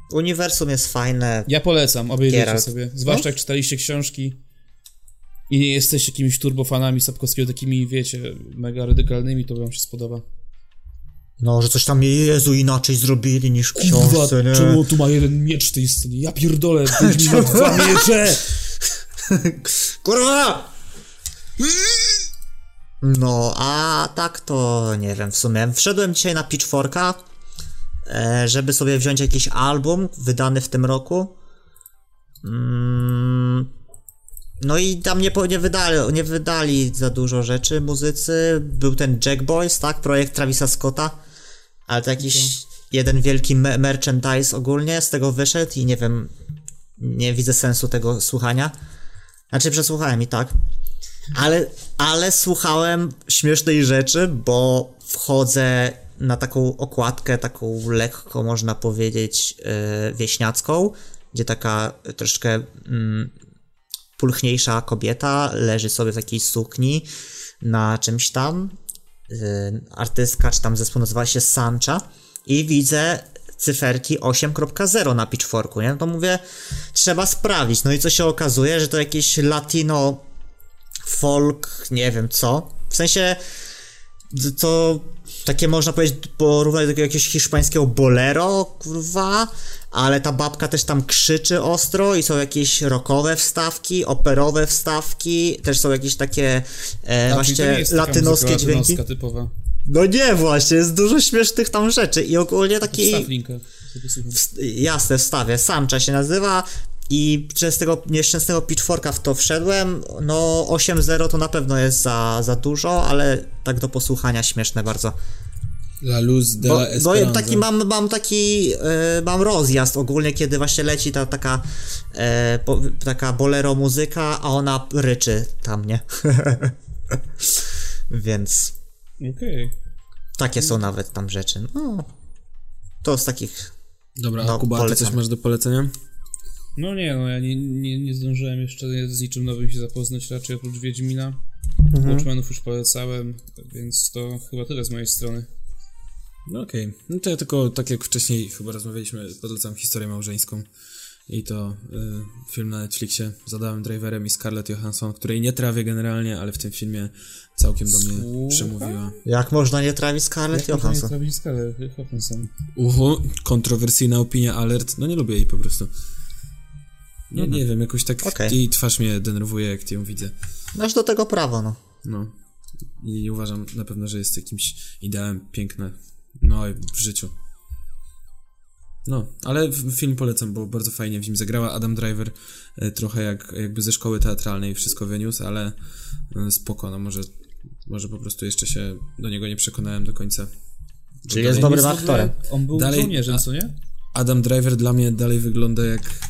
Uniwersum jest fajne. Ja polecam, obejrzyjcie sobie. Zwłaszcza jak czytaliście książki i nie jesteście jakimiś turbofanami Sapkowskiego, takimi, wiecie, mega radykalnymi, to wam się spodoba. No, że coś tam, Jezu, inaczej zrobili niż w książce, nie? Czemu tu ma jeden miecz w tej stronie? Ja pierdolę, Wiedźmin ma 2 miecze! Kurwa! No, a tak to nie wiem w sumie. Wszedłem dzisiaj na Pitchforka, żeby sobie wziąć jakiś album wydany w tym roku. No i tam nie wydali za dużo rzeczy muzycy. Był ten Jack Boys, tak? Projekt Travisa Scotta. Ale to jakiś jeden wielki merchandise ogólnie z tego wyszedł i nie wiem, nie widzę sensu tego słuchania. Znaczy przesłuchałem i tak. Ale słuchałem śmiesznej rzeczy, bo wchodzę na taką okładkę, taką lekko można powiedzieć wieśniacką, gdzie taka troszeczkę pulchniejsza kobieta leży sobie w jakiejś sukni na czymś tam. Artystka czy tam zespół nazywa się Sancha i widzę cyferki 8.0 na Pitchforku, nie? No to mówię, trzeba sprawdzić. No i co się okazuje, że to jakieś latino folk, nie wiem co. W sensie to takie można powiedzieć porównać do jakiegoś hiszpańskiego bolero, kurwa, ale ta babka też tam krzyczy ostro i są jakieś rockowe wstawki, operowe wstawki, też są jakieś takie właśnie latynoskie dźwięki. Typowa. No nie, właśnie, jest dużo śmiesznych tam rzeczy i ogólnie taki... Wstaw linka. Jasne, wstawię. Sancha się nazywa i przez tego nieszczęsnego Pitchforka w to wszedłem. No 8.0 to na pewno jest za dużo, ale tak do posłuchania śmieszne bardzo. La luz de la esperanza. Bo taki mam rozjazd ogólnie, kiedy właśnie leci ta taka bolero muzyka, a ona ryczy tam, nie? Więc... Okej. Takie są nawet tam rzeczy. No, to z takich... Dobra, a Kuba, ty coś masz do polecenia? No nie, no ja nie zdążyłem jeszcze z niczym nowym się zapoznać, raczej oprócz Wiedźmina. Watchmenów już polecałem, więc to chyba tyle z mojej strony. No okej. No to ja tylko, tak jak wcześniej chyba rozmawialiśmy, polecam Historię małżeńską. I to film na Netflixie z Adamem Driverem i Scarlett Johansson, której nie trawię generalnie, ale w tym filmie całkiem do mnie przemówiła. Jak można nie trawić Scarlett Johansson? Jak nie trawić Scarlett Johansson? Kontrowersyjna opinia alert. No nie lubię jej po prostu. Nie wiem, jakoś tak jej twarz mnie denerwuje, jak ty ją widzę. Masz do tego prawo, no. No. I uważam na pewno, że jest jakimś ideałem piękne. No w życiu. No, ale film polecam, bo bardzo fajnie w nim zagrała. Adam Driver trochę jakby ze szkoły teatralnej wszystko wyniósł, ale spoko, no może po prostu jeszcze się do niego nie przekonałem do końca. Czyli jest dobrym aktorem. On był żołnierzem, co nie? Adam Driver dla mnie dalej wygląda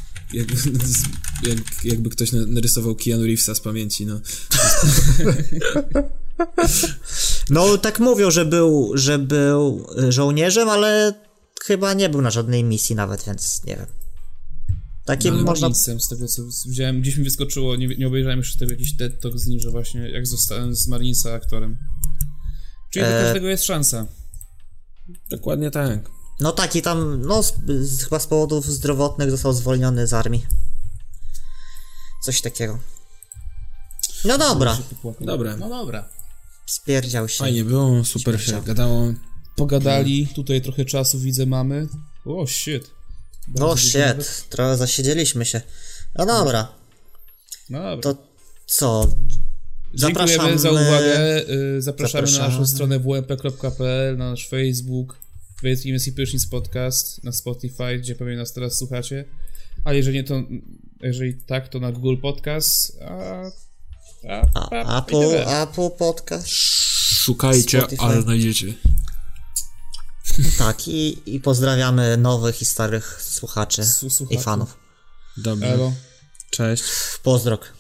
jakby ktoś narysował Keanu Reevesa z pamięci, no. No, tak mówią, że był żołnierzem, ale chyba nie był na żadnej misji nawet, więc nie wiem. Takim można... Z tego co widziałem, gdzieś mi wyskoczyło, nie obejrzałem jeszcze tego jakiś TED Talk z nim, że właśnie jak zostałem z Marinesa aktorem. Czyli do każdego jest szansa. Dokładnie tak. No taki tam, no chyba z powodów zdrowotnych został zwolniony z armii. Coś takiego. No dobra. No dobra. Spierdział się. Fajnie było, super się gadało. Pogadali, tutaj trochę czasu widzę mamy. O shit. Trochę zasiedzieliśmy się. No dobra. To co? Dziękujemy za uwagę. Zapraszamy na naszą stronę wmp.pl, na nasz Facebook, Wiedźmiński Prysznic Podcast, na Spotify, gdzie pewnie nas teraz słuchacie. A jeżeli tak, to na Google Podcast, Apple Podcast. Szukajcie, Spotify. ale znajdziecie. Tak, i pozdrawiamy nowych i starych słuchaczy i fanów. Dobrze. Elo. Cześć. Pozdrok.